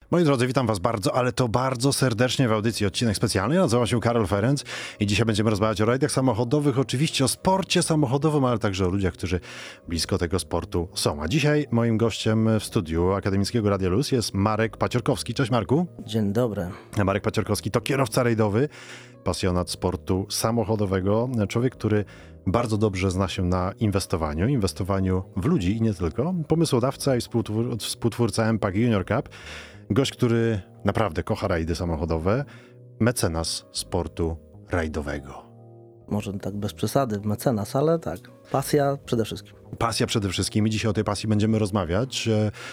Moi drodzy, witam was bardzo, ale to bardzo serdecznie w audycji Odcinek Specjalny. Ja nazywam się Karol Ferenc i dzisiaj będziemy rozmawiać o rajdach samochodowych, oczywiście o sporcie samochodowym, ale także o ludziach, którzy blisko tego sportu są. A dzisiaj moim gościem w studiu Akademickiego Radia Luz jest Marek Paciorkowski. Cześć Marku. Dzień dobry. Marek Paciorkowski to kierowca rajdowy, pasjonat sportu samochodowego, człowiek, który bardzo dobrze zna się na inwestowaniu w ludzi i nie tylko. Pomysłodawca i współtwórca MPAC Junior Cup. Gość, który naprawdę kocha rajdy samochodowe, mecenas sportu rajdowego. Może tak bez przesady, mecenas, ale tak, pasja przede wszystkim. Pasja przede wszystkim i dzisiaj o tej pasji będziemy rozmawiać,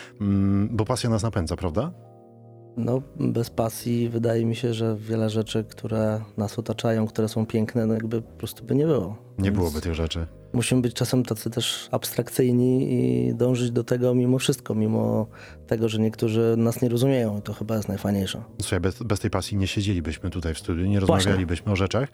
bo pasja nas napędza, prawda? No, bez pasji wydaje mi się, że wiele rzeczy, które nas otaczają, które są piękne, no jakby po prostu by nie było. Nie byłoby tych rzeczy. Musimy być czasem tacy też abstrakcyjni i dążyć do tego mimo wszystko, mimo tego, że niektórzy nas nie rozumieją. To chyba jest najfajniejsze. Słuchaj, bez tej pasji nie siedzielibyśmy tutaj w studiu, nie rozmawialibyśmy o rzeczach,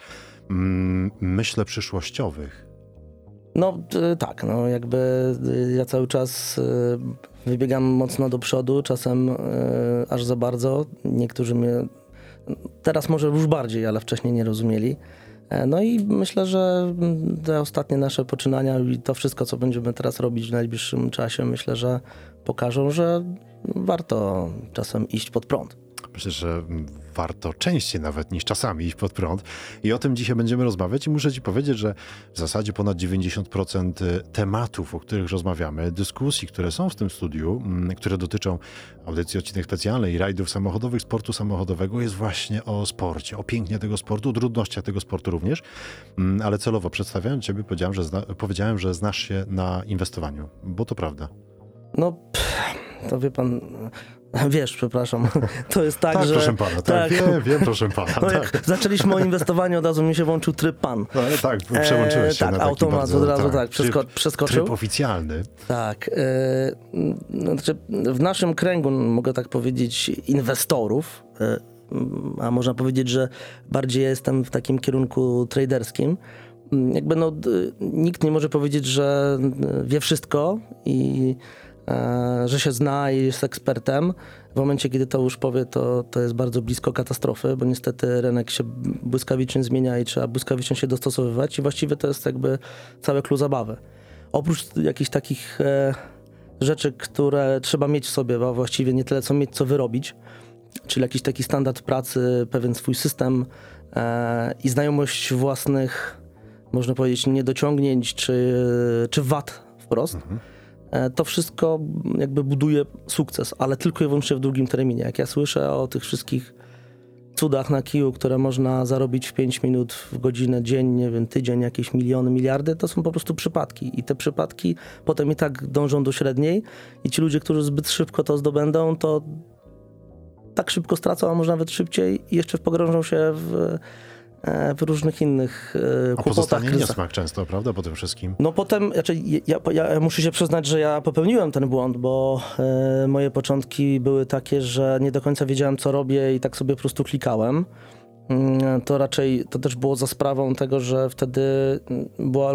myślę, przyszłościowych. No tak, no jakby ja cały czas wybiegam mocno do przodu, czasem aż za bardzo. Niektórzy mnie teraz może już bardziej, ale wcześniej nie rozumieli. No i myślę, że te ostatnie nasze poczynania i to wszystko, co będziemy teraz robić w najbliższym czasie, myślę, że pokażą, że warto czasem iść pod prąd. Myślę, że warto częściej nawet niż czasami iść pod prąd. I o tym dzisiaj będziemy rozmawiać i muszę ci powiedzieć, że w zasadzie ponad 90% tematów, o których rozmawiamy, dyskusji, które są w tym studiu, które dotyczą audycji Odcinek Specjalny i rajdów samochodowych, sportu samochodowego, jest właśnie o sporcie, o pięknie tego sportu, o trudnościach tego sportu również. Ale celowo przedstawiając ciebie powiedziałem, że znasz się na inwestowaniu, bo to prawda. No, to wie pan... Wiesz, przepraszam, to jest tak, że... Proszę pana, tak. Wiem, proszę pana. No tak. jak zaczęliśmy o inwestowaniu, od razu mi się włączył tryb pan. No, ale tak, przełączyłeś się tak, na taki automat bardzo, od razu tak przeskoczył. Tryb oficjalny. Tak. Znaczy w naszym kręgu, mogę tak powiedzieć, inwestorów, a można powiedzieć, że bardziej jestem w takim kierunku traderskim. Jakby no, nikt nie może powiedzieć, że wie wszystko i że się zna i jest ekspertem. W momencie, kiedy to już powie, to jest bardzo blisko katastrofy, bo niestety rynek się błyskawicznie zmienia i trzeba błyskawicznie się dostosowywać i właściwie to jest jakby całe clue zabawy. Oprócz jakichś takich rzeczy, które trzeba mieć w sobie, a właściwie nie tyle co mieć, co wyrobić, czyli jakiś taki standard pracy, pewien swój system i znajomość własnych, można powiedzieć, niedociągnięć czy wad wprost. To wszystko jakby buduje sukces, ale tylko i wyłącznie w długim terminie. Jak ja słyszę o tych wszystkich cudach na kiju, które można zarobić w 5 minut, w godzinę, dzień, nie wiem, tydzień, jakieś miliony, miliardy, to są po prostu przypadki. I te przypadki potem i tak dążą do średniej i ci ludzie, którzy zbyt szybko to zdobędą, to tak szybko stracą, a może nawet szybciej i jeszcze pogrążą się w różnych innych kłopotach. A pozostanie niesmak często, prawda, po tym wszystkim? No potem, znaczy ja muszę się przyznać, że ja popełniłem ten błąd, bo moje początki były takie, że nie do końca wiedziałem, co robię i tak sobie po prostu klikałem. To też było za sprawą tego, że wtedy była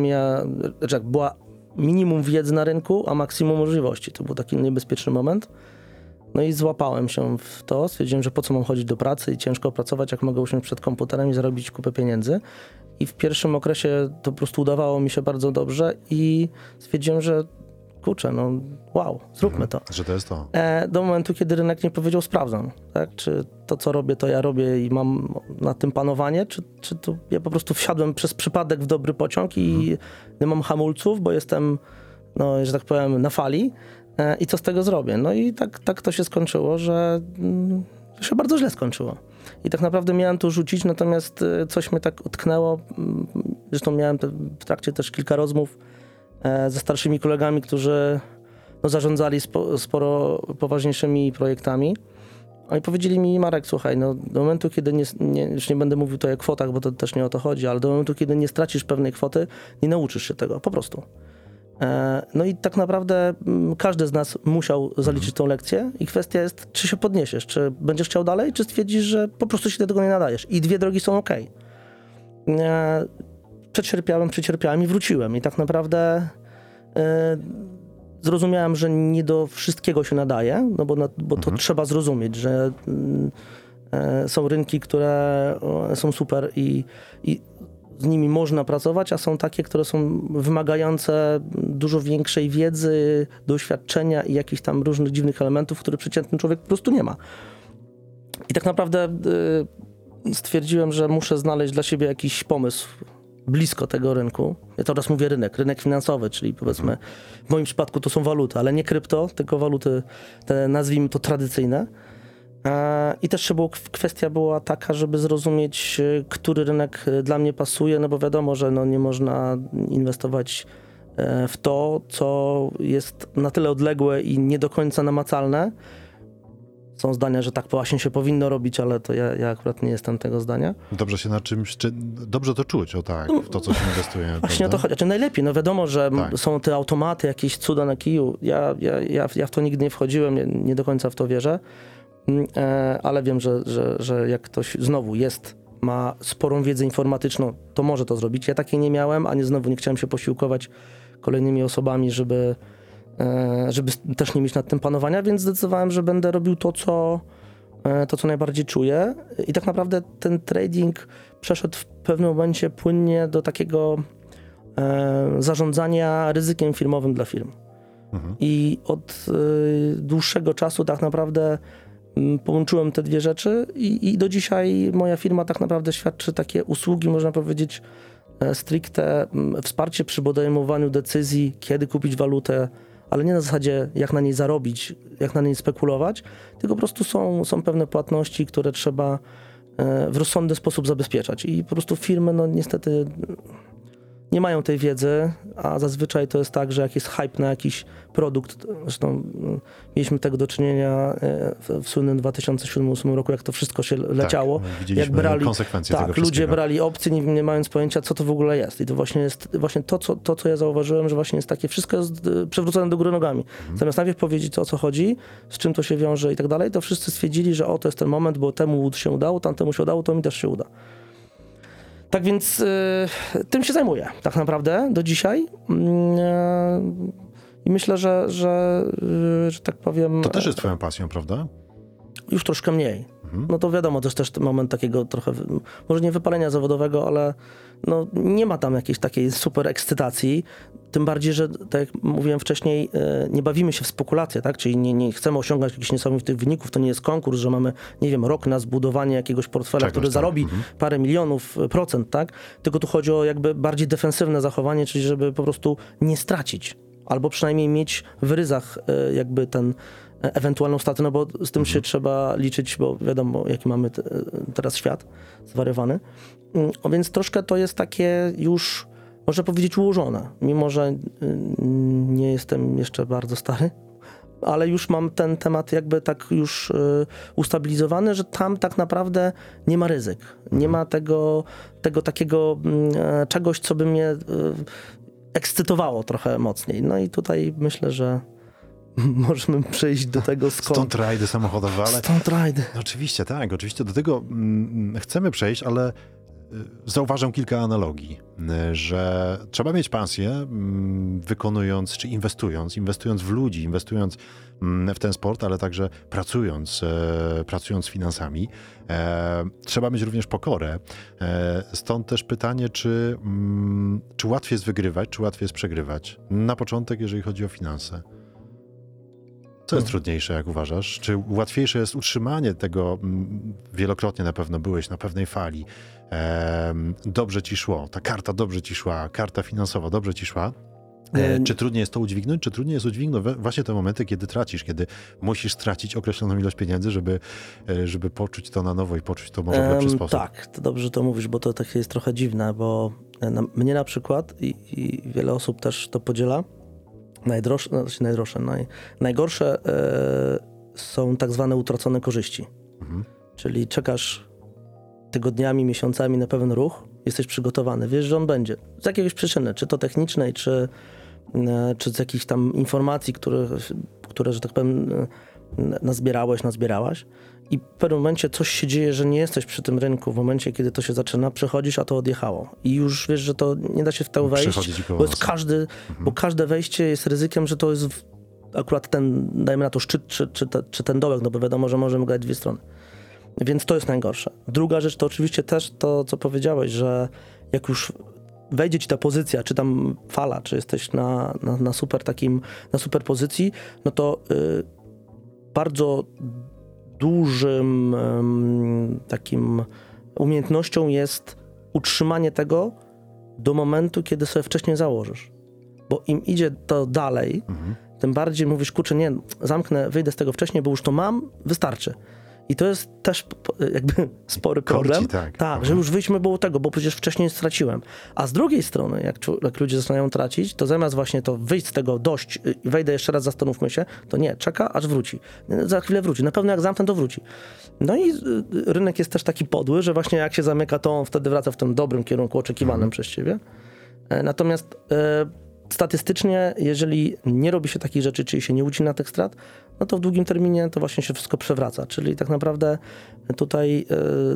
była minimum wiedzy na rynku, a maksimum możliwości. To był taki niebezpieczny moment. No i złapałem się w to, stwierdziłem, że po co mam chodzić do pracy i ciężko pracować, jak mogę usiąść przed komputerem i zarobić kupę pieniędzy. I w pierwszym okresie to po prostu udawało mi się bardzo dobrze i stwierdziłem, że kurczę, no wow, zróbmy to. Że to jest to. Do momentu, kiedy rynek nie powiedział, sprawdzam, tak? Czy to, co robię, to ja robię i mam nad tym panowanie, czy to ja po prostu wsiadłem przez przypadek w dobry pociąg i nie mam hamulców, bo jestem, no, że tak powiem, na fali. I co z tego zrobię? No i tak to się skończyło, że się bardzo źle skończyło. I tak naprawdę miałem to rzucić, natomiast coś mnie tak utknęło. Zresztą miałem w trakcie też kilka rozmów ze starszymi kolegami, którzy no, zarządzali sporo poważniejszymi projektami. Oni powiedzieli mi: Marek, słuchaj, no do momentu, kiedy już nie będę mówił tutaj o kwotach, bo to też nie o to chodzi, ale do momentu, kiedy nie stracisz pewnej kwoty, nie nauczysz się tego, po prostu. No i tak naprawdę każdy z nas musiał zaliczyć tą lekcję i kwestia jest, czy się podniesiesz, czy będziesz chciał dalej, czy stwierdzisz, że po prostu się do tego nie nadajesz. I dwie drogi są okej. Przecierpiałem i wróciłem. I tak naprawdę zrozumiałem, że nie do wszystkiego się nadaje, no bo to trzeba zrozumieć, że są rynki, które są super i z nimi można pracować, a są takie, które są wymagające dużo większej wiedzy, doświadczenia i jakichś tam różnych dziwnych elementów, które przeciętny człowiek po prostu nie ma. I tak naprawdę stwierdziłem, że muszę znaleźć dla siebie jakiś pomysł blisko tego rynku. Ja teraz mówię rynek finansowy, czyli powiedzmy w moim przypadku to są waluty, ale nie krypto, tylko waluty te, nazwijmy to, tradycyjne. I też kwestia była taka, żeby zrozumieć, który rynek dla mnie pasuje, no bo wiadomo, że nie można inwestować w to, co jest na tyle odległe i nie do końca namacalne. Są zdania, że tak właśnie się powinno robić, ale to ja akurat nie jestem tego zdania. Dobrze się na czymś, dobrze to czuć, w to, co się inwestuje. Właśnie o to chodzi. Znaczy najlepiej, wiadomo, że są te automaty, jakieś cuda na kiju. Ja w to nigdy nie wchodziłem, nie do końca w to wierzę. Ale wiem, że jak ktoś znowu ma sporą wiedzę informatyczną, to może to zrobić. Ja takiej nie miałem, znowu nie chciałem się posiłkować kolejnymi osobami, żeby też nie mieć nad tym panowania, więc zdecydowałem, że będę robił to, co najbardziej czuję. I tak naprawdę ten trading przeszedł w pewnym momencie płynnie do takiego zarządzania ryzykiem firmowym dla firm. I od dłuższego czasu tak naprawdę połączyłem te dwie rzeczy i do dzisiaj moja firma tak naprawdę świadczy takie usługi, można powiedzieć, stricte wsparcie przy podejmowaniu decyzji, kiedy kupić walutę, ale nie na zasadzie jak na niej zarobić, jak na niej spekulować, tylko po prostu są pewne płatności, które trzeba w rozsądny sposób zabezpieczać. I po prostu firmy niestety nie mają tej wiedzy, a zazwyczaj to jest tak, że jak jest hype na jakiś produkt, zresztą mieliśmy tego do czynienia w słynnym 2007-2008 roku, jak to wszystko się leciało. Tak, widzieliśmy konsekwencje tego wszystkiego. Ludzie brali opcje, nie mając pojęcia, co to w ogóle jest. I to właśnie jest to, co ja zauważyłem, że właśnie jest takie, wszystko jest przewrócone do góry nogami. Zamiast najpierw powiedzieć, o co chodzi, z czym to się wiąże i tak dalej, to wszyscy stwierdzili, że to jest ten moment, bo temu się udało, tamtemu się udało, to mi też się uda. Tak więc tym się zajmuję tak naprawdę do dzisiaj. I myślę, że tak powiem... To też jest twoją pasją, prawda? Już troszkę mniej. No to wiadomo, to jest też ten moment takiego trochę, może nie wypalenia zawodowego, ale nie ma tam jakiejś takiej super ekscytacji. Tym bardziej, że tak jak mówiłem wcześniej, nie bawimy się w spekulacje, tak? Czyli nie chcemy osiągać jakichś niesamowitych wyników. To nie jest konkurs, że mamy, rok na zbudowanie jakiegoś portfela, który zarobi parę milionów procent, tak? Tylko tu chodzi o jakby bardziej defensywne zachowanie, czyli żeby po prostu nie stracić. Albo przynajmniej mieć w ryzach jakby ten ewentualną stratę, no bo z tym się trzeba liczyć, bo wiadomo, jaki mamy teraz świat zwariowany. Więc troszkę to jest takie już, można powiedzieć, ułożone. Mimo że nie jestem jeszcze bardzo stary, ale już mam ten temat jakby tak już ustabilizowany, że tam tak naprawdę nie ma ryzyk. Nie ma tego takiego czegoś, co by mnie ekscytowało trochę mocniej. No i tutaj myślę, że możemy przejść do tego, stąd rajdy samochodowe, ale... Stąd rajdy. Oczywiście, tak. Oczywiście do tego chcemy przejść, ale zauważam kilka analogii, że trzeba mieć pasję, wykonując czy inwestując w ludzi, inwestując w ten sport, ale także pracując finansami. Trzeba mieć również pokorę. Stąd też pytanie, czy łatwiej jest wygrywać, czy łatwiej jest przegrywać? Na początek, jeżeli chodzi o finanse. Co jest trudniejsze, jak uważasz? Czy łatwiejsze jest utrzymanie tego, wielokrotnie na pewno byłeś na pewnej fali, dobrze ci szło, ta karta dobrze ci szła, karta finansowa dobrze ci szła, czy trudniej jest to udźwignąć, czy trudniej jest udźwignąć właśnie te momenty, kiedy tracisz, kiedy musisz stracić określoną ilość pieniędzy, żeby poczuć to na nowo i poczuć to może w lepszy sposób? Tak, to dobrze to mówisz, bo to tak jest trochę dziwne, bo mnie na przykład i wiele osób też to podziela, najgorsze są tak zwane utracone korzyści. Czyli czekasz tygodniami, miesiącami na pewien ruch, jesteś przygotowany, wiesz, że on będzie. Z jakiegoś przyczyny, czy to technicznej, czy z jakichś tam informacji, które że tak powiem, nazbierałaś. I w pewnym momencie coś się dzieje, że nie jesteś przy tym rynku. W momencie, kiedy to się zaczyna, przechodzisz, a to odjechało. I już wiesz, że to nie da się w to wejść, bo każde wejście jest ryzykiem, że to jest akurat ten, dajmy na to szczyt, czy ten dołek, no bo wiadomo, że możemy grać dwie strony. Więc to jest najgorsze. Druga rzecz to oczywiście też to, co powiedziałeś, że jak już wejdzie ci ta pozycja, czy tam fala, czy jesteś na super pozycji, no to bardzo dużym takim umiejętnością jest utrzymanie tego do momentu, kiedy sobie wcześniej założysz. Bo im idzie to dalej, tym bardziej mówisz, kurczę, nie, zamknę, wyjdę z tego wcześniej, bo już to mam, wystarczy. I to jest też jakby spory problem. Tak, że już wyjdźmy było tego, bo przecież wcześniej straciłem. A z drugiej strony, jak ludzie zaczynają tracić, to zamiast właśnie to wyjść z tego dość i wejdę jeszcze raz, zastanówmy się, to nie, czeka aż wróci. Za chwilę wróci. Na pewno jak zamknę, to wróci. No i rynek jest też taki podły, że właśnie jak się zamyka, to on wtedy wraca w tym dobrym kierunku oczekiwanym przez ciebie. Natomiast statystycznie, jeżeli nie robi się takich rzeczy, czyli się nie ucina tych strat, no to w długim terminie to właśnie się wszystko przewraca. Czyli tak naprawdę tutaj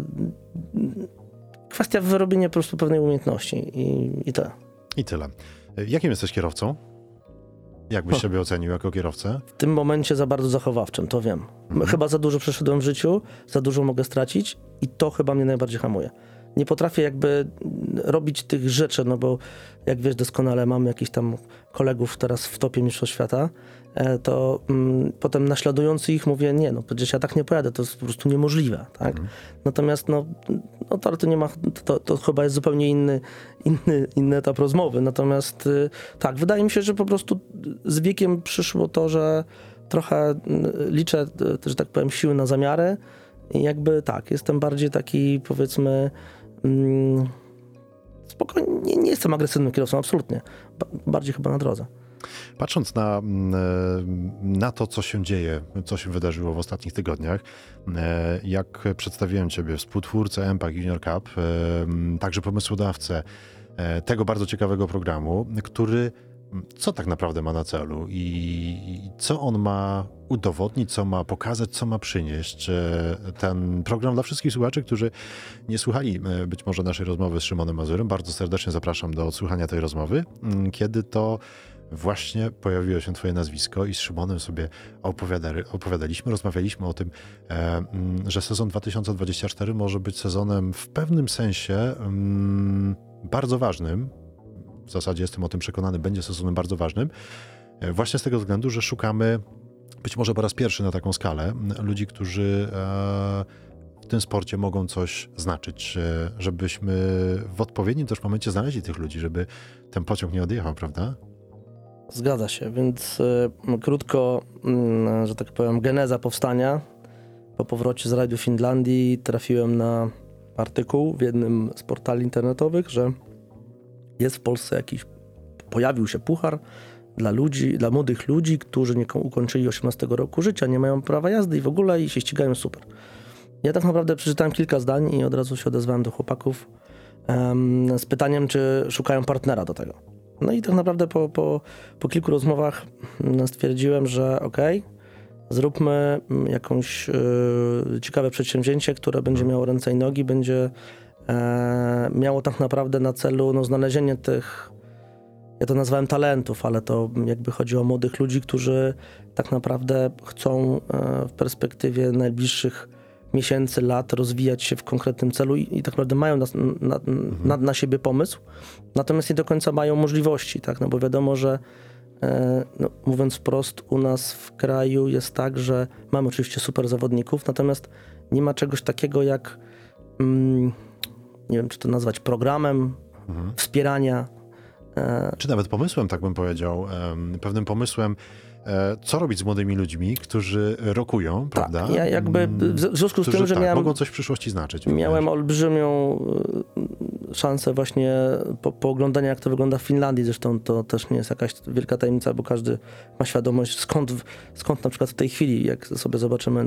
kwestia wyrobienia po prostu pewnej umiejętności i tyle. I tyle. Jakim jesteś kierowcą? Jak byś siebie ocenił jako kierowcę? W tym momencie za bardzo zachowawczym, to wiem. Chyba za dużo przeszedłem w życiu, za dużo mogę stracić i to chyba mnie najbardziej hamuje. Nie potrafię jakby robić tych rzeczy, no bo jak wiesz doskonale, mamy jakichś tam kolegów teraz w topie mistrzostw świata, to potem naśladujący ich mówię, nie, no przecież ja tak nie pojadę, to jest po prostu niemożliwe, tak? Natomiast no to nie ma, to chyba jest zupełnie inny etap rozmowy, natomiast tak, wydaje mi się, że po prostu z wiekiem przyszło to, że trochę liczę, że tak powiem, siły na zamiary i jakby tak, jestem bardziej taki, powiedzmy, spokojnie, nie jestem agresywnym kierowcą, absolutnie, bardziej chyba na drodze. Patrząc na to, co się dzieje, co się wydarzyło w ostatnich tygodniach, jak przedstawiłem ciebie, współtwórcę MPAC Junior Cup, także pomysłodawcę tego bardzo ciekawego programu, który co tak naprawdę ma na celu i co on ma udowodnić, co ma pokazać, co ma przynieść. Ten program dla wszystkich słuchaczy, którzy nie słuchali być może naszej rozmowy z Szymonem Mazurem, bardzo serdecznie zapraszam do odsłuchania tej rozmowy, kiedy to właśnie pojawiło się twoje nazwisko i z Szymonem sobie opowiadaliśmy, rozmawialiśmy o tym, że sezon 2024 może być sezonem w pewnym sensie bardzo ważnym. W zasadzie jestem o tym przekonany, będzie sezonem bardzo ważnym. Właśnie z tego względu, że szukamy być może po raz pierwszy na taką skalę ludzi, którzy w tym sporcie mogą coś znaczyć, żebyśmy w odpowiednim też momencie znaleźli tych ludzi, żeby ten pociąg nie odjechał, prawda? Zgadza się, więc krótko, że tak powiem, geneza powstania. Po powrocie z rajdu Finlandii trafiłem na artykuł w jednym z portali internetowych, że jest w Polsce pojawił się puchar dla młodych ludzi, którzy nie ukończyli 18 roku życia, nie mają prawa jazdy i w ogóle i się ścigają super. Ja tak naprawdę przeczytałem kilka zdań i od razu się odezwałem do chłopaków z pytaniem, czy szukają partnera do tego. No i tak naprawdę po kilku rozmowach stwierdziłem, że okej, zróbmy jakąś ciekawe przedsięwzięcie, które będzie miało ręce i nogi, będzie miało tak naprawdę na celu znalezienie tych, ja to nazwałem talentów, ale to jakby chodzi o młodych ludzi, którzy tak naprawdę chcą w perspektywie najbliższych miesięcy, lat rozwijać się w konkretnym celu i tak naprawdę mają na siebie pomysł, natomiast nie do końca mają możliwości, tak? No bo wiadomo, że mówiąc wprost, u nas w kraju jest tak, że mamy oczywiście super zawodników, natomiast nie ma czegoś takiego jak nie wiem, czy to nazwać programem wspierania. Czy nawet pomysłem, tak bym powiedział, pewnym pomysłem, co robić z młodymi ludźmi, którzy rokują, prawda? Ja jakby w związku z tym, że mogą coś w przyszłości znaczyć. Miałem olbrzymią szansę właśnie pooglądania, jak to wygląda w Finlandii. Zresztą to też nie jest jakaś wielka tajemnica, bo każdy ma świadomość, skąd na przykład w tej chwili, jak sobie zobaczymy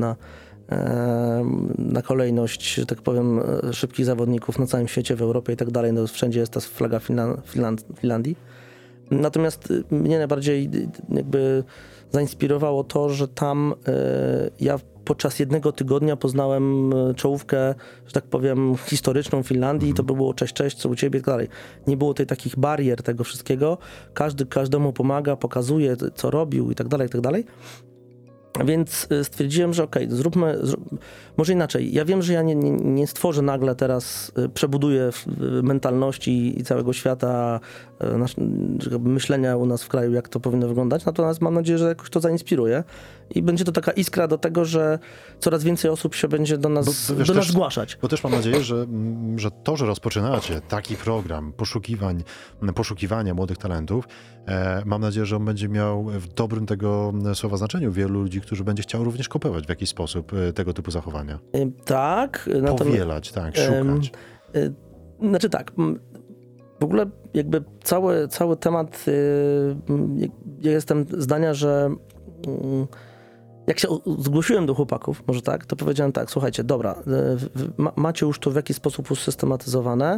na kolejność, że tak powiem, szybkich zawodników na całym świecie, w Europie i tak dalej, no wszędzie jest ta flaga Finlandii. Natomiast mnie najbardziej jakby zainspirowało to, że tam ja podczas jednego tygodnia poznałem czołówkę, że tak powiem, historyczną Finlandii i to było cześć, co u ciebie i tak dalej. Nie było tej takich barier tego wszystkiego. Każdy każdemu pomaga, pokazuje, co robił i tak dalej. Więc stwierdziłem, że okej, zróbmy, może inaczej. Ja wiem, że ja nie stworzę nagle teraz, przebuduję mentalności i całego świata, myślenia u nas w kraju, jak to powinno wyglądać, natomiast mam nadzieję, że jakoś to zainspiruje i będzie to taka iskra do tego, że coraz więcej osób się będzie do nas zgłaszać. Bo też mam nadzieję, że to, że rozpoczynacie taki program poszukiwania młodych talentów, mam nadzieję, że on będzie miał w dobrym tego słowa znaczeniu wielu ludzi, którzy będzie chciał również kopiować w jakiś sposób tego typu zachowania. Tak. Powielać, tak, szukać. Znaczy tak, w ogóle jakby cały temat, ja jestem zdania, że jak się zgłosiłem do chłopaków, może tak, to powiedziałem tak, słuchajcie, dobra, macie już to w jakiś sposób usystematyzowane,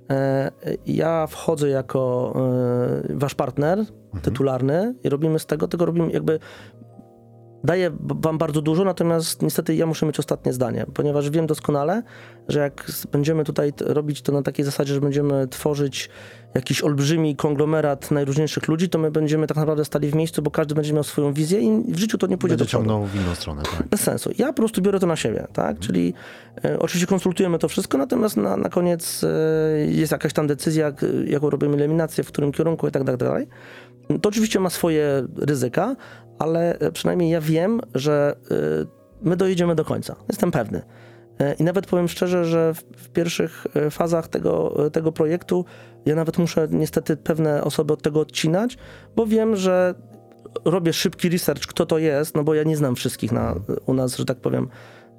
ja wchodzę jako wasz partner tytularny i robimy z tego robimy jakby, daję wam bardzo dużo, natomiast niestety ja muszę mieć ostatnie zdanie, ponieważ wiem doskonale, że jak będziemy tutaj robić to na takiej zasadzie, że będziemy tworzyć jakiś olbrzymi konglomerat najróżniejszych ludzi, to my będziemy tak naprawdę stali w miejscu, bo każdy będzie miał swoją wizję i w życiu to nie pójdzie do przodu. Będzie ciągnął w inną stronę, tak. Bez sensu. Ja po prostu biorę to na siebie, tak? Czyli oczywiście konsultujemy to wszystko, natomiast na koniec jest jakaś tam decyzja, jaką robimy eliminację, w którym kierunku i tak dalej. To oczywiście ma swoje ryzyka, ale przynajmniej ja wiem, że my dojedziemy do końca. Jestem pewny. I nawet powiem szczerze, że w pierwszych fazach tego projektu ja nawet muszę niestety pewne osoby od tego odcinać, bo wiem, że robię szybki research, kto to jest, no bo ja nie znam wszystkich u nas, że tak powiem,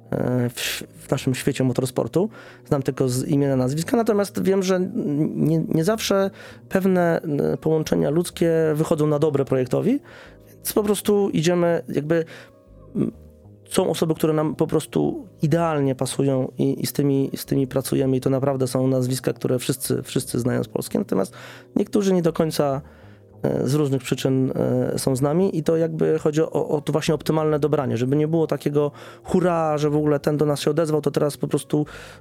w naszym świecie motorsportu. Znam tylko z imienia, nazwiska, natomiast wiem, że nie zawsze pewne połączenia ludzkie wychodzą na dobre projektowi, więc po prostu idziemy jakby... Są osoby, które nam po prostu idealnie pasują i z tymi pracujemy i to naprawdę są nazwiska, które wszyscy znają z Polski, natomiast niektórzy nie do końca z różnych przyczyn są z nami i to jakby chodzi o to właśnie optymalne dobranie, żeby nie było takiego hurra, że w ogóle ten do nas się odezwał, to teraz po prostu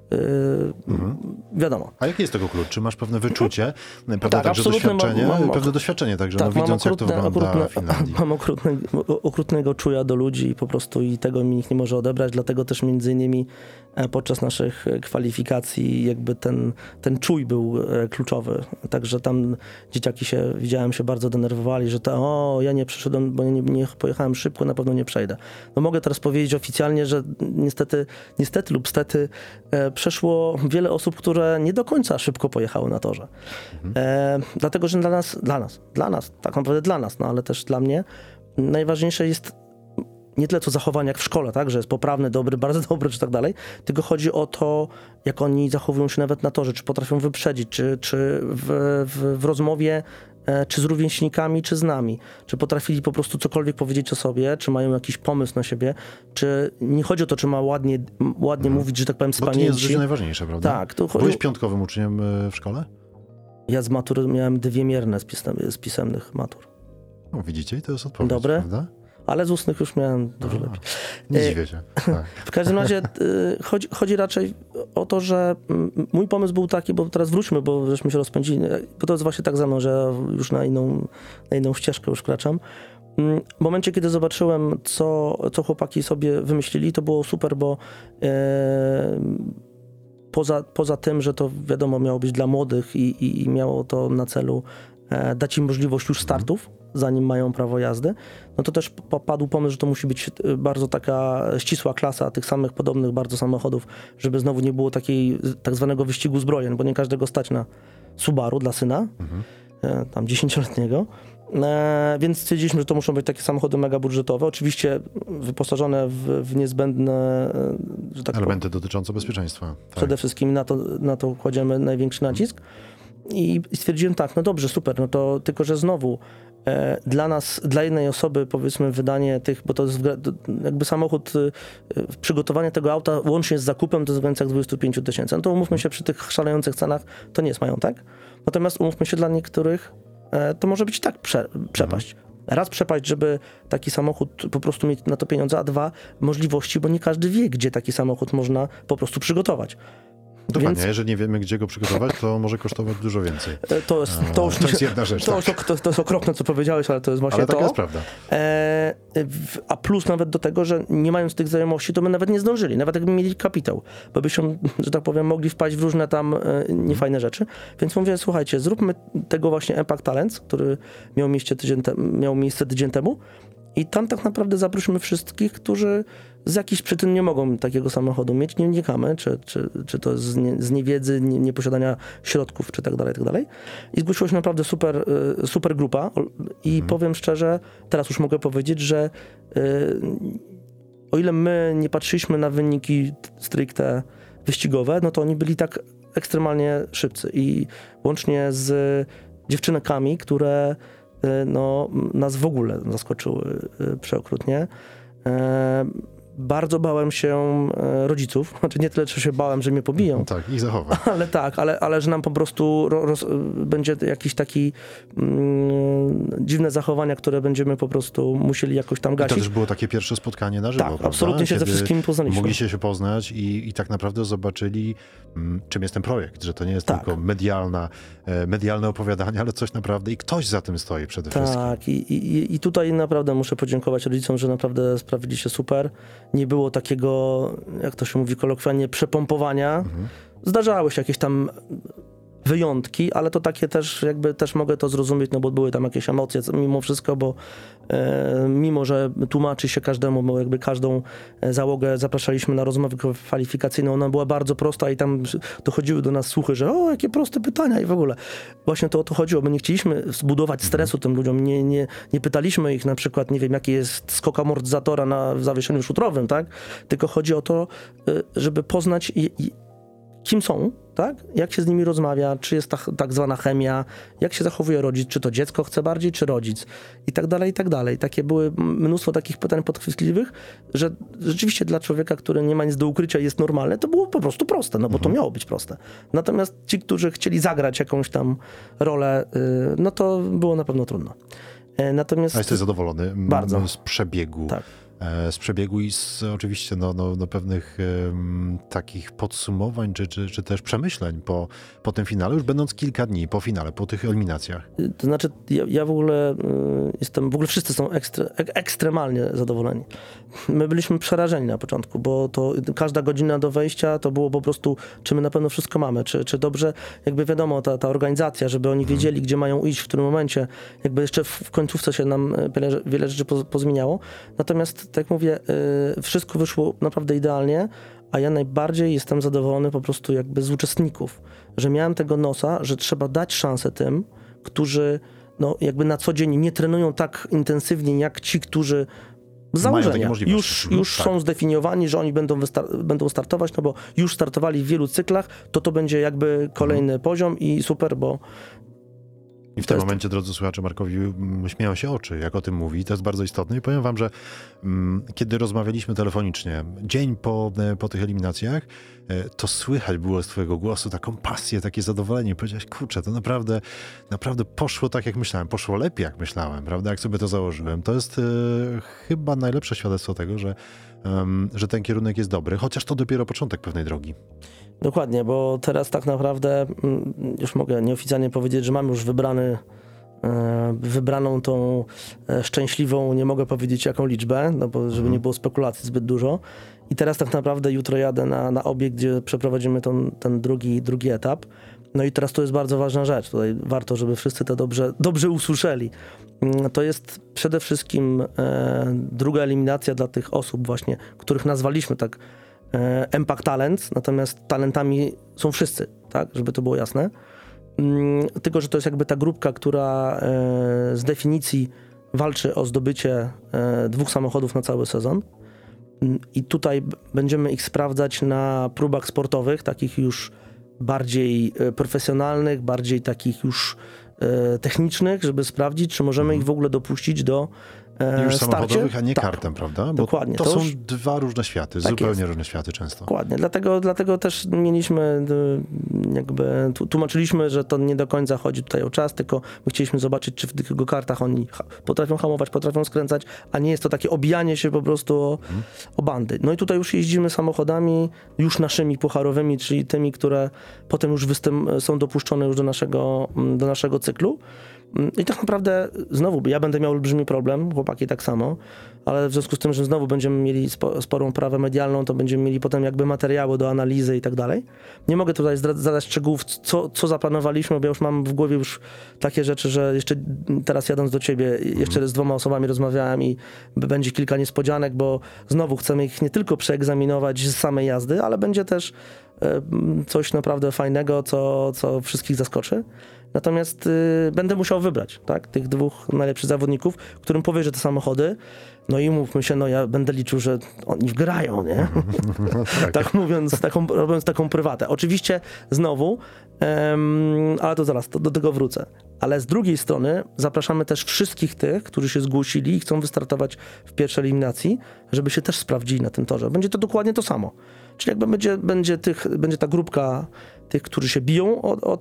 wiadomo. A jaki jest tego klucz? Czy masz pewne wyczucie, pewne tak, także doświadczenie? Pewne doświadczenie także, tak, widząc jak to wygląda w Finlandii. Mam okrutnego czuja do ludzi i po prostu i tego mi nikt nie może odebrać, dlatego też między innymi podczas naszych kwalifikacji jakby ten czuj był kluczowy. Także tam dzieciaki widziałem się bardzo denerwowali, że ja nie przyszedłem, bo nie pojechałem szybko, na pewno nie przejdę. No mogę teraz powiedzieć oficjalnie, że niestety lub stety przeszło wiele osób, które nie do końca szybko pojechały na torze. Dlatego, że dla nas, tak naprawdę dla nas, no ale też dla mnie najważniejsze jest nie tyle co zachowanie jak w szkole, tak, że jest poprawny, dobry, bardzo dobry, czy tak dalej, tylko chodzi o to, jak oni zachowują się nawet na torze, czy potrafią wyprzedzić, czy w rozmowie, czy z rówieśnikami, czy z nami, czy potrafili po prostu cokolwiek powiedzieć o sobie, czy mają jakiś pomysł na siebie, czy nie chodzi o to, czy ma ładnie mówić, że tak powiem, z pamięci. Bo to jest życie najważniejsze, prawda? Tak. Byłeś piątkowym uczniem w szkole? Ja z matury miałem 2 mierne z pisemnych matur. No, widzicie, i to jest odpowiedź, dobre? prawda? Ale z ustnych już miałem dużo lepiej. Nie dziwię się. Tak. W każdym razie chodzi raczej o to, że mój pomysł był taki, bo teraz wróćmy, bo żeśmy się rozpędzili, bo to jest właśnie tak za mną, że ja już na inną ścieżkę już wkraczam. W momencie, kiedy zobaczyłem, co chłopaki sobie wymyślili, to było super, bo poza tym, że to wiadomo miało być dla młodych i miało to na celu dać im możliwość już startów, zanim mają prawo jazdy, no to też padł pomysł, że to musi być bardzo taka ścisła klasa tych samych podobnych bardzo samochodów, żeby znowu nie było takiej tak zwanego wyścigu zbrojeń, bo nie każdego stać na Subaru dla syna, tam 10-letniego. Więc stwierdziliśmy, że to muszą być takie samochody mega budżetowe, oczywiście wyposażone w niezbędne że tak elementy dotyczące bezpieczeństwa. Tak. Przede wszystkim na to kładziemy największy nacisk. I stwierdziłem tak, no dobrze, super, no to tylko, że znowu dla nas, dla jednej osoby powiedzmy wydanie tych, bo to jest jakby samochód, przygotowanie tego auta łącznie z zakupem to jest w granicach 25 000. No to umówmy się, przy tych szalejących cenach to nie jest majątek. Natomiast umówmy się, dla niektórych to może być tak przepaść. raz przepaść, żeby taki samochód po prostu mieć na to pieniądze, a dwa możliwości, bo nie każdy wie, gdzie taki samochód można po prostu przygotować. Dokładnie, a jeżeli nie wiemy, gdzie go przygotować, to może kosztować dużo więcej. To jest jedna rzecz. To jest okropne, co powiedziałeś, ale to jest właśnie ale to. taka jest prawda. A plus nawet do tego, że nie mając tych znajomości, to by nawet nie zdążyli, nawet jakby mieli kapitał, bo by się, że tak powiem, mogli wpaść w różne tam niefajne rzeczy. Więc mówię, słuchajcie, zróbmy tego właśnie Impact Talents, który miał miejsce tydzień temu i tam tak naprawdę zaprosimy wszystkich, którzy z jakichś przyczyn nie mogą takiego samochodu mieć, nie wnikamy, czy to z niewiedzy, nieposiadania środków, czy tak dalej. I zgłosiła się naprawdę super grupa i powiem szczerze, teraz już mogę powiedzieć, że o ile my nie patrzyliśmy na wyniki stricte wyścigowe, no to oni byli tak ekstremalnie szybcy i łącznie z dziewczynkami, które no, nas w ogóle zaskoczyły przeokrutnie. Bardzo bałem się rodziców, znaczy nie tyle, że się bałem, że mnie pobiją. Tak, ich zachowań. Ale że nam po prostu będzie jakiś taki dziwne zachowania, które będziemy po prostu musieli jakoś tam gasić. I to też było takie pierwsze spotkanie na żywo, tak, prawda? absolutnie się ze wszystkimi poznaliśmy. Mogliście się poznać i tak naprawdę zobaczyli, czym jest ten projekt, że to nie jest tylko medialne opowiadanie, ale coś naprawdę i ktoś za tym stoi przede wszystkim. Tak, i tutaj naprawdę muszę podziękować rodzicom, że naprawdę sprawili się super. Nie było takiego, jak to się mówi kolokwialnie, przepompowania. Zdarzały się jakieś tam wyjątki, ale to takie też mogę to zrozumieć, no bo były tam jakieś emocje mimo wszystko, bo mimo, że tłumaczy się każdemu, bo jakby każdą załogę zapraszaliśmy na rozmowę kwalifikacyjną, ona była bardzo prosta i tam dochodziły do nas słuchy, że jakie proste pytania i w ogóle. Właśnie to o to chodziło, bo nie chcieliśmy zbudować stresu tym ludziom, nie pytaliśmy ich na przykład, nie wiem, jaki jest skok amortyzatora w zawieszeniu szutrowym, tak? Tylko chodzi o to, żeby poznać kim są, tak? Jak się z nimi rozmawia, czy jest tak zwana chemia, jak się zachowuje rodzic, czy to dziecko chce bardziej, czy rodzic i tak dalej, i tak dalej. Takie były mnóstwo takich pytań podchwytliwych, że rzeczywiście dla człowieka, który nie ma nic do ukrycia i jest normalny, to było po prostu proste, no bo to miało być proste. Natomiast ci, którzy chcieli zagrać jakąś tam rolę, no to było na pewno trudno. Natomiast... A jesteś zadowolony bardzo z przebiegu? Tak. Z przebiegu i z pewnych takich podsumowań, czy też przemyśleń po tym finale, już będąc kilka dni po finale, po tych eliminacjach. To znaczy, ja w ogóle wszyscy są ekstremalnie zadowoleni. My byliśmy przerażeni na początku, bo to każda godzina do wejścia to było po prostu, czy my na pewno wszystko mamy, czy dobrze, jakby wiadomo, ta organizacja, żeby oni wiedzieli, gdzie mają iść, w którym momencie, jakby jeszcze w końcówce się nam wiele rzeczy pozmieniało. Natomiast, tak jak mówię, wszystko wyszło naprawdę idealnie, a ja najbardziej jestem zadowolony po prostu jakby z uczestników, że miałem tego nosa, że trzeba dać szansę tym, którzy no jakby na co dzień nie trenują tak intensywnie jak ci, którzy z założenia już są zdefiniowani, że oni będą startować, no bo już startowali w wielu cyklach, to będzie jakby kolejny poziom i super, bo i w tym momencie, drodzy słuchacze, Markowi śmieją się oczy, jak o tym mówi. To jest bardzo istotne. I powiem wam, że kiedy rozmawialiśmy telefonicznie, dzień po tych eliminacjach, to słychać było z twojego głosu taką pasję, takie zadowolenie. Powiedziałeś, kurczę, to naprawdę poszło tak, jak myślałem. Poszło lepiej, jak myślałem, prawda? Jak sobie to założyłem. To jest chyba najlepsze świadectwo tego, że ten kierunek jest dobry, chociaż to dopiero początek pewnej drogi. Dokładnie, bo teraz tak naprawdę już mogę nieoficjalnie powiedzieć, że mam już wybraną tą szczęśliwą, nie mogę powiedzieć jaką liczbę, no bo żeby nie było spekulacji zbyt dużo. I teraz tak naprawdę jutro jadę na obiekt, gdzie przeprowadzimy ten drugi etap. No i teraz to jest bardzo ważna rzecz. Tutaj warto, żeby wszyscy to dobrze usłyszeli. To jest przede wszystkim druga eliminacja dla tych osób właśnie, których nazwaliśmy tak Impact Talents, natomiast talentami są wszyscy, tak, żeby to było jasne. Tylko, że to jest jakby ta grupka, która z definicji walczy o zdobycie 2 samochodów na cały sezon. I tutaj będziemy ich sprawdzać na próbach sportowych, takich już bardziej profesjonalnych, bardziej takich już technicznych, żeby sprawdzić, czy możemy ich w ogóle dopuścić do Już starcie. samochodowych, a nie Tak, kartem, prawda? Bo dokładnie. to To są już- dwa różne światy, Tak zupełnie jest. różne światy często. Dokładnie, dlatego też mieliśmy jakby, tłumaczyliśmy, że to nie do końca chodzi tutaj o czas, tylko my chcieliśmy zobaczyć, czy w tych go-kartach oni potrafią hamować, potrafią skręcać, a nie jest to takie obijanie się po prostu o bandy. No i tutaj już jeździmy samochodami już naszymi pucharowymi, czyli tymi, które potem już są dopuszczone już do naszego cyklu. I tak naprawdę znowu ja będę miał olbrzymi problem, chłopaki tak samo, ale w związku z tym, że znowu będziemy mieli sporą prawę medialną, to będziemy mieli potem jakby materiały do analizy i tak dalej. Nie mogę tutaj zadać szczegółów, co zaplanowaliśmy, bo ja już mam w głowie już takie rzeczy, że jeszcze teraz jadąc do ciebie, jeszcze z 2 osobami rozmawiałem i będzie kilka niespodzianek, bo znowu chcemy ich nie tylko przeegzaminować z samej jazdy, ale będzie też coś naprawdę fajnego, co wszystkich zaskoczy. Natomiast będę musiał wybrać, tak, tych 2 najlepszych zawodników, którym powierzę te samochody. No i mówmy się, no ja będę liczył, że oni wgrają, nie? Tak mówiąc, robiąc taką prywatę. Oczywiście znowu, ale to zaraz, do tego wrócę. Ale z drugiej strony zapraszamy też wszystkich tych, którzy się zgłosili i chcą wystartować w pierwszej eliminacji, żeby się też sprawdzili na tym torze. Będzie to dokładnie to samo. Czyli jakby będzie ta grupka tych, którzy się biją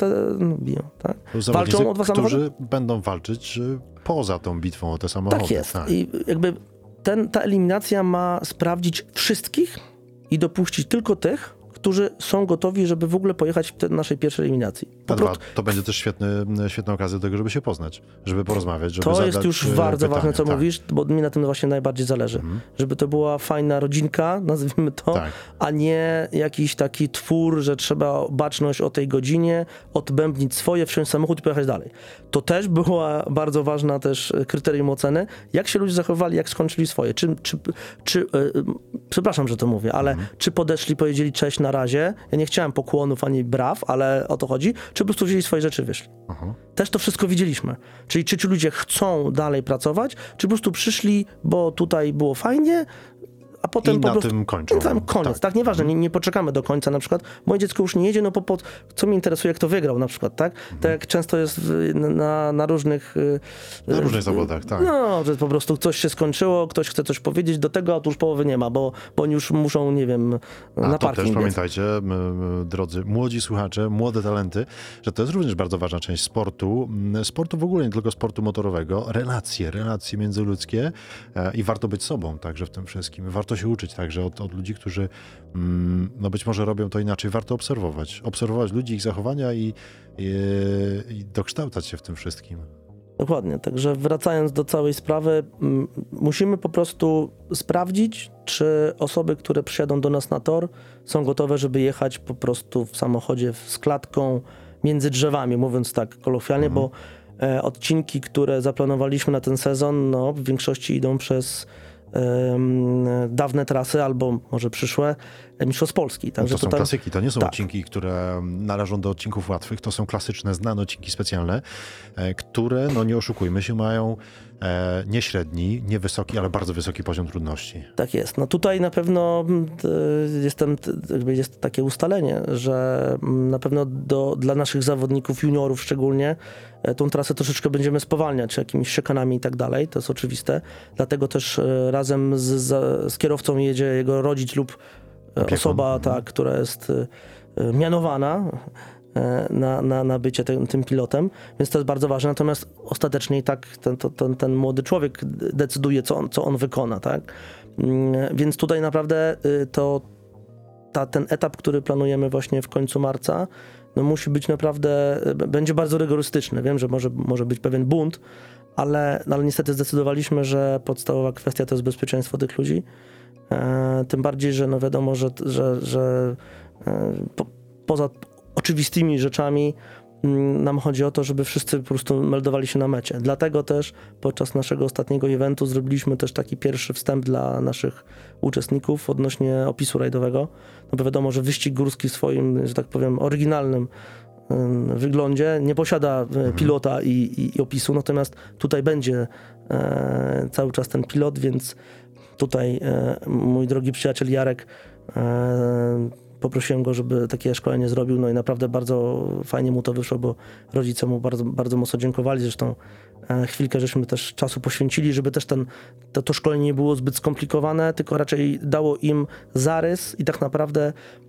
tak? Walczą o 2 samochody. Którzy będą walczyć poza tą bitwą o te samochody. Tak jest. Tak. I jakby ta eliminacja ma sprawdzić wszystkich i dopuścić tylko tych, którzy są gotowi, żeby w ogóle pojechać w naszej pierwszej eliminacji. To będzie też świetna okazja do tego, żeby się poznać, żeby porozmawiać, żeby To zadać jest już bardzo pytania. ważne, co tak. mówisz, bo mi na tym właśnie najbardziej zależy. Żeby to była fajna rodzinka, nazwijmy to, Tak. a nie jakiś taki twór, że trzeba baczność o tej godzinie, odbębnić swoje, wsiąść w samochód i pojechać dalej. To też była bardzo ważna też kryterium oceny, jak się ludzie zachowali, jak skończyli swoje. Przepraszam, że to mówię, ale czy podeszli, powiedzieli cześć, na razie. Ja nie chciałem pokłonów ani braw, ale o to chodzi. Czy po prostu wzięli swoje rzeczy i wyszli. Też to wszystko widzieliśmy. Czyli czy ci ludzie chcą dalej pracować, czy po prostu przyszli, bo tutaj było fajnie, a potem I po na prostu... tym kończą. I tam koniec, tak? Nieważne, nie poczekamy do końca na przykład. Moje dziecko już nie jedzie, no co mnie interesuje, jak to wygrał na przykład, tak? Tak jak często jest na różnych... Na różnych zawodach, tak. No, że po prostu coś się skończyło, ktoś chce coś powiedzieć do tego, a tu już połowy nie ma, bo oni już muszą, nie wiem, na to parking też biec. pamiętajcie, drodzy młodzi słuchacze, młode talenty, że to jest również bardzo ważna część sportu w ogóle, nie tylko sportu motorowego, relacje międzyludzkie i warto być sobą także w tym wszystkim. Warto się uczyć także od ludzi, którzy no być może robią to inaczej. Warto obserwować ludzi, ich zachowania i dokształcać się w tym wszystkim. Dokładnie, także wracając do całej sprawy, musimy po prostu sprawdzić, czy osoby, które przyjadą do nas na tor, są gotowe, żeby jechać po prostu w samochodzie z klatką między drzewami, mówiąc tak kolokwialnie, bo odcinki, które zaplanowaliśmy na ten sezon, no w większości idą przez dawne trasy albo może przyszłe Mistrzostw Polski. Także to są klasyki, to nie są tak. odcinki, które należą do odcinków łatwych, to są klasyczne, znane odcinki specjalne, które, no nie oszukujmy się, mają nie średni, nie wysoki, ale bardzo wysoki poziom trudności. Tak jest. No tutaj na pewno jest takie ustalenie, że na pewno dla naszych zawodników, juniorów szczególnie, tą trasę troszeczkę będziemy spowalniać jakimiś szykanami i tak dalej, to jest oczywiste. Dlatego też razem z kierowcą jedzie jego rodzic lub osoba, która jest mianowana na bycie tym pilotem, więc to jest bardzo ważne. Natomiast ostatecznie i tak ten młody człowiek decyduje, co on wykona, tak? Więc tutaj naprawdę ten etap, który planujemy właśnie w końcu marca, no musi być naprawdę, będzie bardzo rygorystyczny. Wiem, że może być pewien bunt, ale niestety zdecydowaliśmy, że podstawowa kwestia to jest bezpieczeństwo tych ludzi. Tym bardziej, że no wiadomo, że poza oczywistymi rzeczami nam chodzi o to, żeby wszyscy po prostu meldowali się na mecie. Dlatego też podczas naszego ostatniego eventu zrobiliśmy też taki pierwszy wstęp dla naszych uczestników odnośnie opisu rajdowego. No bo wiadomo, że wyścig górski w swoim, że tak powiem, oryginalnym wyglądzie nie posiada pilota i opisu, natomiast tutaj będzie cały czas ten pilot, więc tutaj mój drogi przyjaciel Jarek poprosiłem go, żeby takie szkolenie zrobił, no i naprawdę bardzo fajnie mu to wyszło, bo rodzice mu bardzo, bardzo mocno dziękowali. Zresztą chwilkę żeśmy też czasu poświęcili, żeby też to szkolenie nie było zbyt skomplikowane, tylko raczej dało im zarys i tak naprawdę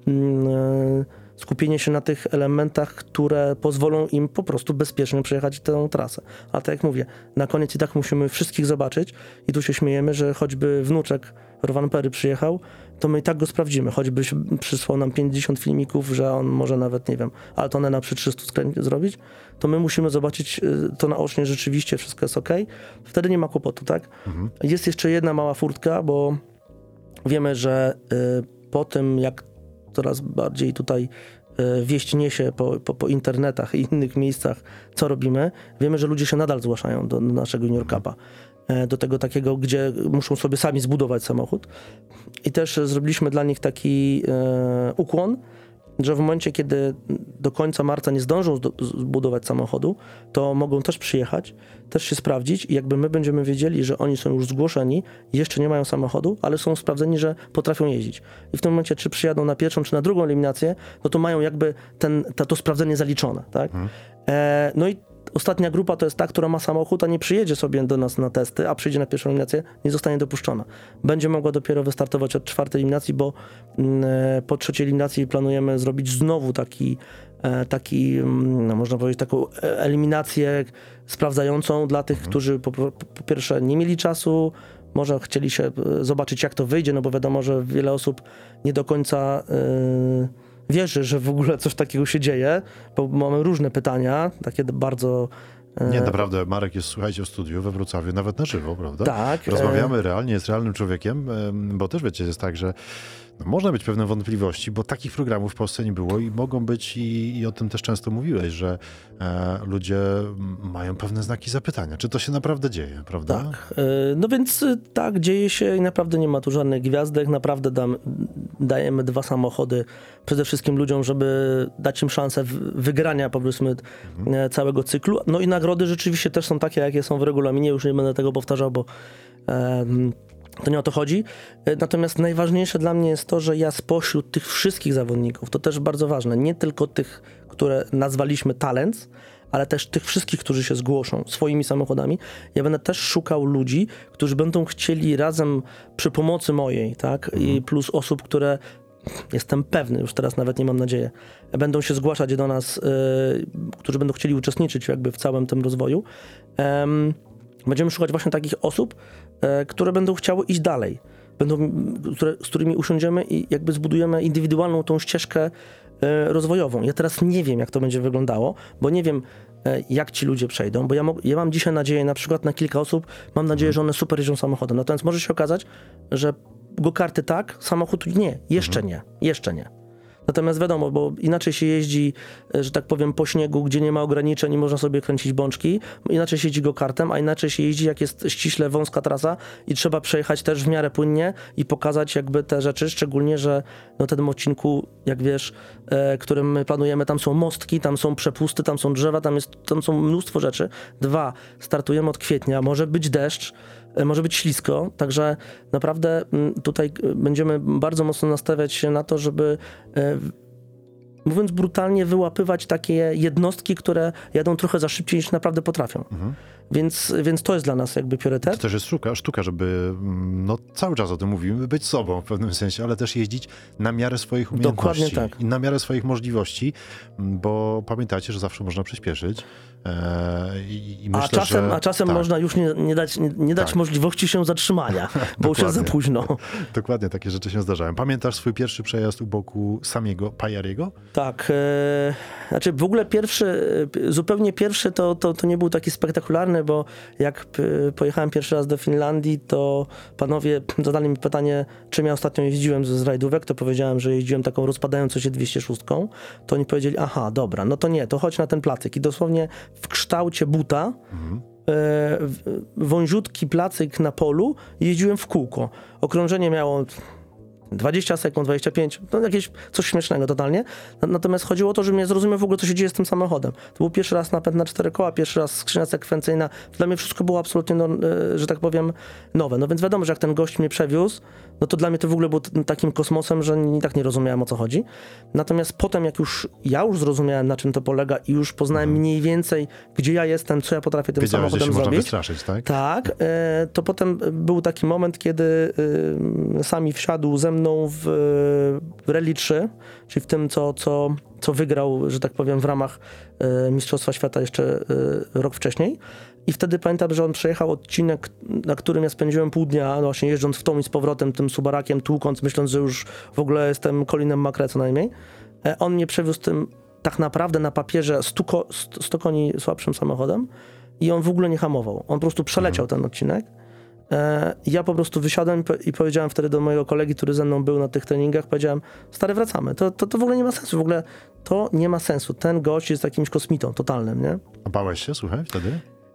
skupienie się na tych elementach, które pozwolą im po prostu bezpiecznie przejechać tę trasę. A tak jak mówię, na koniec i tak musimy wszystkich zobaczyć i tu się śmiejemy, że choćby wnuczek Rovanpery przyjechał, to my i tak go sprawdzimy. Choćby przysłał nam 50 filmików, że on może nawet, nie wiem, Altonena przy 300 zrobić, to my musimy zobaczyć to naocznie, rzeczywiście wszystko jest okej. Wtedy nie ma kłopotu, tak? Jest jeszcze jedna mała furtka, bo wiemy, że po tym, jak coraz bardziej tutaj wieść niesie po internetach i innych miejscach, co robimy, wiemy, że ludzie się nadal zgłaszają do naszego Junior Cupa. Do tego takiego, gdzie muszą sobie sami zbudować samochód. I też zrobiliśmy dla nich taki ukłon, że w momencie, kiedy do końca marca nie zdążą zbudować samochodu, to mogą też przyjechać, też się sprawdzić i jakby my będziemy wiedzieli, że oni są już zgłoszeni, jeszcze nie mają samochodu, ale są sprawdzeni, że potrafią jeździć. I w tym momencie, czy przyjadą na pierwszą, czy na drugą eliminację, no to mają jakby to sprawdzenie zaliczone, tak? No i ostatnia grupa to jest ta, która ma samochód, a nie przyjedzie sobie do nas na testy, a przyjdzie na pierwszą eliminację, nie zostanie dopuszczona. Będzie mogła dopiero wystartować od 4. eliminacji, bo po 3. eliminacji planujemy zrobić znowu taki, no można powiedzieć, taką eliminację sprawdzającą dla tych, którzy po pierwsze nie mieli czasu, może chcieli się zobaczyć, jak to wyjdzie, no bo wiadomo, że wiele osób nie do końca wierzy, że w ogóle coś takiego się dzieje, bo mamy różne pytania, takie bardzo... Nie, naprawdę, Marek jest, słuchajcie, w studiu we Wrocławiu, nawet na żywo, prawda? Tak. Rozmawiamy realnie, jest realnym człowiekiem, bo też wiecie, jest tak, że no, można mieć pewne wątpliwości, bo takich programów w Polsce nie było i mogą być, i o tym też często mówiłeś, że ludzie mają pewne znaki zapytania. Czy to się naprawdę dzieje, prawda? Tak. No więc tak, dzieje się i naprawdę nie ma tu żadnych gwiazdek. Naprawdę dajemy 2 samochody przede wszystkim ludziom, żeby dać im szansę wygrania, powiedzmy, całego cyklu. No i nagrody rzeczywiście też są takie, jakie są w regulaminie. Już nie będę tego powtarzał, bo to nie o to chodzi. Natomiast najważniejsze dla mnie jest to, że ja spośród tych wszystkich zawodników, to też bardzo ważne, nie tylko tych, które nazwaliśmy talents, ale też tych wszystkich, którzy się zgłoszą swoimi samochodami, ja będę też szukał ludzi, którzy będą chcieli razem przy pomocy mojej, tak, i plus osób, które jestem pewny, już teraz nawet nie mam nadziei, będą się zgłaszać do nas, którzy będą chcieli uczestniczyć jakby w całym tym rozwoju. Będziemy szukać właśnie takich osób, które będą chciały iść dalej, z którymi usiądziemy i jakby zbudujemy indywidualną tą ścieżkę rozwojową. Ja teraz nie wiem, jak to będzie wyglądało, bo nie wiem, jak ci ludzie przejdą, bo ja mam dzisiaj nadzieję na przykład na kilka osób, mam nadzieję, że one super jeżdżą samochodem. Natomiast może się okazać, że go-karty tak, samochód nie, jeszcze nie. Natomiast wiadomo, bo inaczej się jeździ, że tak powiem, po śniegu, gdzie nie ma ograniczeń i można sobie kręcić bączki, inaczej się jeździ go-kartem, a inaczej się jeździ, jak jest ściśle wąska trasa i trzeba przejechać też w miarę płynnie i pokazać jakby te rzeczy, szczególnie, że na tym odcinku, jak wiesz, którym my planujemy, tam są mostki, tam są przepusty, tam są drzewa, tam są mnóstwo rzeczy. 2, startujemy od kwietnia, może być deszcz, może być ślisko, także naprawdę tutaj będziemy bardzo mocno nastawiać się na to, żeby mówiąc brutalnie, wyłapywać takie jednostki, które jadą trochę za szybciej niż naprawdę potrafią. Więc to jest dla nas jakby priorytet. To też jest sztuka, żeby no, cały czas o tym mówimy, być sobą w pewnym sensie, ale też jeździć na miarę swoich umiejętności. Dokładnie tak. I na miarę swoich możliwości, bo pamiętajcie, że zawsze można przyspieszyć. I myślę, a czasem tak. można już nie dać możliwości się zatrzymania, bo już jest za późno. Dokładnie, takie rzeczy się zdarzają. Pamiętasz swój pierwszy przejazd u boku Samiego Pajariego? Tak. Znaczy w ogóle zupełnie pierwszy to nie był taki spektakularny, bo jak pojechałem pierwszy raz do Finlandii, to panowie zadali mi pytanie, czym ja ostatnio jeździłem z rajdówek, to powiedziałem, że jeździłem taką rozpadającą się 206, to oni powiedzieli, aha, dobra, no to nie, to chodź na ten placyk. I dosłownie w kształcie buta, wąziutki placyk na polu, jeździłem w kółko. Okrążenie miało 20 sekund, 25, no jakieś coś śmiesznego totalnie. Natomiast chodziło o to, żebym nie zrozumiał w ogóle, co się dzieje z tym samochodem. To był pierwszy raz napęd na 4 koła, pierwszy raz skrzynia sekwencyjna. Dla mnie wszystko było absolutnie, że tak powiem, nowe. No więc wiadomo, że jak ten gość mnie przewiózł, no to dla mnie to w ogóle było takim kosmosem, że i tak nie rozumiałem, o co chodzi. Natomiast potem, jak ja już zrozumiałem, na czym to polega i już poznałem mniej więcej, gdzie ja jestem, co ja potrafię tym Wiedziałeś, samochodem że się zrobić. można wystraszyć, tak? Tak, to potem był taki moment, kiedy Sami wsiadł ze mną w Rally 3, czyli w tym, co wygrał, że tak powiem, w ramach Mistrzostwa Świata jeszcze rok wcześniej. I wtedy pamiętam, że on przejechał odcinek, na którym ja spędziłem pół dnia, właśnie jeżdżąc w tą i z powrotem tym Subarakiem, tłukąc, myśląc, że już w ogóle jestem Colinem McRae co najmniej. On mnie przewiózł tym tak naprawdę na papierze 100 koni słabszym samochodem i on w ogóle nie hamował. On po prostu przeleciał ten odcinek. Ja po prostu wysiadłem i powiedziałem wtedy do mojego kolegi, który ze mną był na tych treningach, powiedziałem, stary, wracamy. To w ogóle nie ma sensu, w ogóle to nie ma sensu. Ten gość jest jakimś kosmitą totalnym, nie? A bałeś się, słuchaj, wtedy?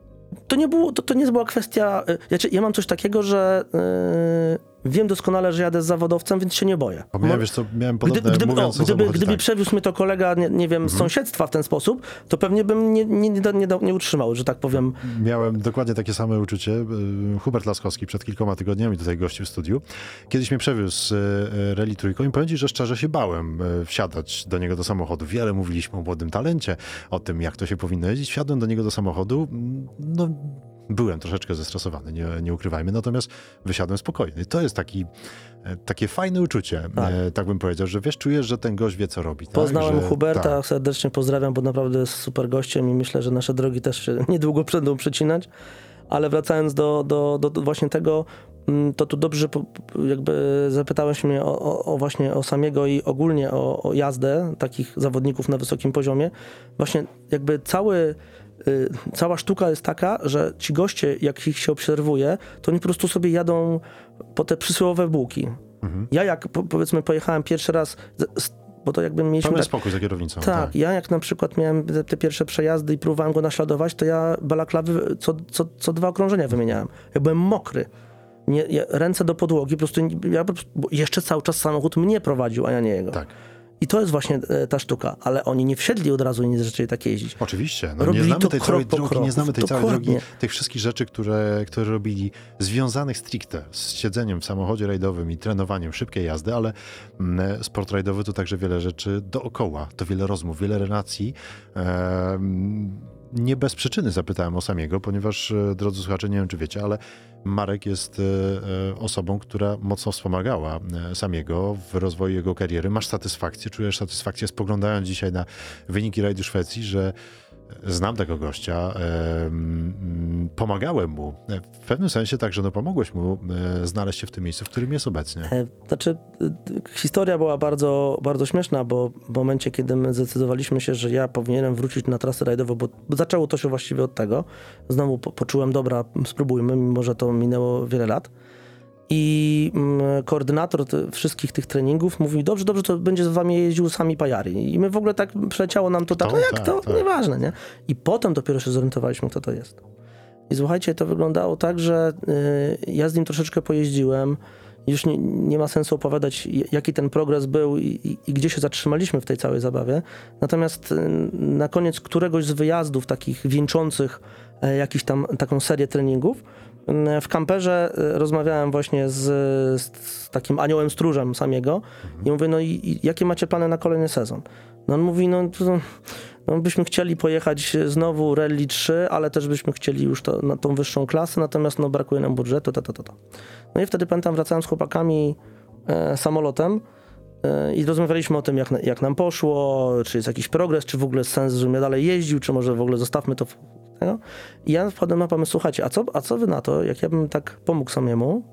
To nie była kwestia... Ja mam coś takiego, że wiem doskonale, że jadę z zawodowcem, więc się nie boję. Miałem podobne, Gdyby przewiózł mnie to kolega, nie wiem, z sąsiedztwa w ten sposób, to pewnie bym nie utrzymał, że tak powiem. Miałem dokładnie takie same uczucie. Hubert Laskowski przed kilkoma tygodniami tutaj gościł w studiu. Kiedyś mnie przewiózł z Rally Trójką i powiem ci, że szczerze się bałem wsiadać do niego do samochodu. Wiele mówiliśmy o młodym talencie, o tym, jak to się powinno jeździć. Wsiadłem do niego do samochodu, no byłem troszeczkę zestresowany, nie ukrywajmy, natomiast wysiadłem spokojny. To jest takie fajne uczucie, tak bym powiedział, że wiesz, czujesz, że ten gość wie, co robi. Poznałem tak? Huberta, serdecznie pozdrawiam, bo naprawdę jest super gościem i myślę, że nasze drogi też się niedługo będą przecinać, ale wracając do właśnie tego, to tu dobrze jakby zapytałeś mnie właśnie o Samiego i ogólnie o jazdę takich zawodników na wysokim poziomie. Właśnie jakby cała sztuka jest taka, że ci goście, jak ich się obserwuje, to oni po prostu sobie jadą po te przysłowiowe bułki. Ja jak powiedzmy pojechałem pierwszy raz, bo to jakby mieliśmy... Pełny spokój za kierownicą. Tak, ja jak na przykład miałem te pierwsze przejazdy i próbowałem go naśladować, to ja balaklawy co 2 okrążenia wymieniałem. Ja byłem mokry. Ręce do podłogi, po prostu bo jeszcze cały czas samochód mnie prowadził, a ja nie jego. Tak. I to jest właśnie ta sztuka, ale oni nie wsiedli od razu i nie zaczęli tak jeździć. Oczywiście. Nie znamy tej całej drogi, nie znamy tej całej drogi, tych wszystkich rzeczy, które robili, związanych stricte z siedzeniem w samochodzie rajdowym i trenowaniem szybkiej jazdy, ale sport rajdowy to także wiele rzeczy dookoła, to wiele rozmów, wiele relacji. Nie bez przyczyny zapytałem o Samiego, ponieważ, drodzy słuchacze, nie wiem, czy wiecie, ale Marek jest osobą, która mocno wspomagała Samiego w rozwoju jego kariery. Masz satysfakcję, czujesz satysfakcję, spoglądając dzisiaj na wyniki rajdu Szwecji, że znam tego gościa, pomagałem mu. W pewnym sensie także pomogłeś mu znaleźć się w tym miejscu, w którym jest obecnie. Znaczy, historia była bardzo, bardzo śmieszna, bo w momencie, kiedy my zdecydowaliśmy się, że ja powinienem wrócić na trasę rajdową, bo zaczęło to się właściwie od tego. Znowu poczułem, dobra, spróbujmy, mimo że to minęło wiele lat. I koordynator wszystkich tych treningów mówi, dobrze, to będzie z wami jeździł Sami Pajari. I my w ogóle tak przeleciało nam to tak, nieważne, nie? I potem dopiero się zorientowaliśmy, kto to jest. I słuchajcie, to wyglądało tak, że ja z nim troszeczkę pojeździłem. Już nie ma sensu opowiadać, jaki ten progres był i gdzie się zatrzymaliśmy w tej całej zabawie. Natomiast na koniec któregoś z wyjazdów takich wieńczących jakiś tam taką serię treningów, w kamperze rozmawiałem właśnie z takim aniołem stróżem Samiego i mówię, no i jakie macie plany na kolejny sezon? No on mówi, no byśmy chcieli pojechać znowu Rally 3, ale też byśmy chcieli już na tą wyższą klasę, natomiast brakuje nam budżetu, No i wtedy pamiętam, wracałem z chłopakami samolotem i rozmawialiśmy o tym, jak nam poszło, czy jest jakiś progres, czy w ogóle jest sens, żebym ja dalej jeździł, czy może w ogóle zostawmy to. I ja wpadłem na pomysł, słuchajcie, a co wy na to, jak ja bym tak pomógł Samiemu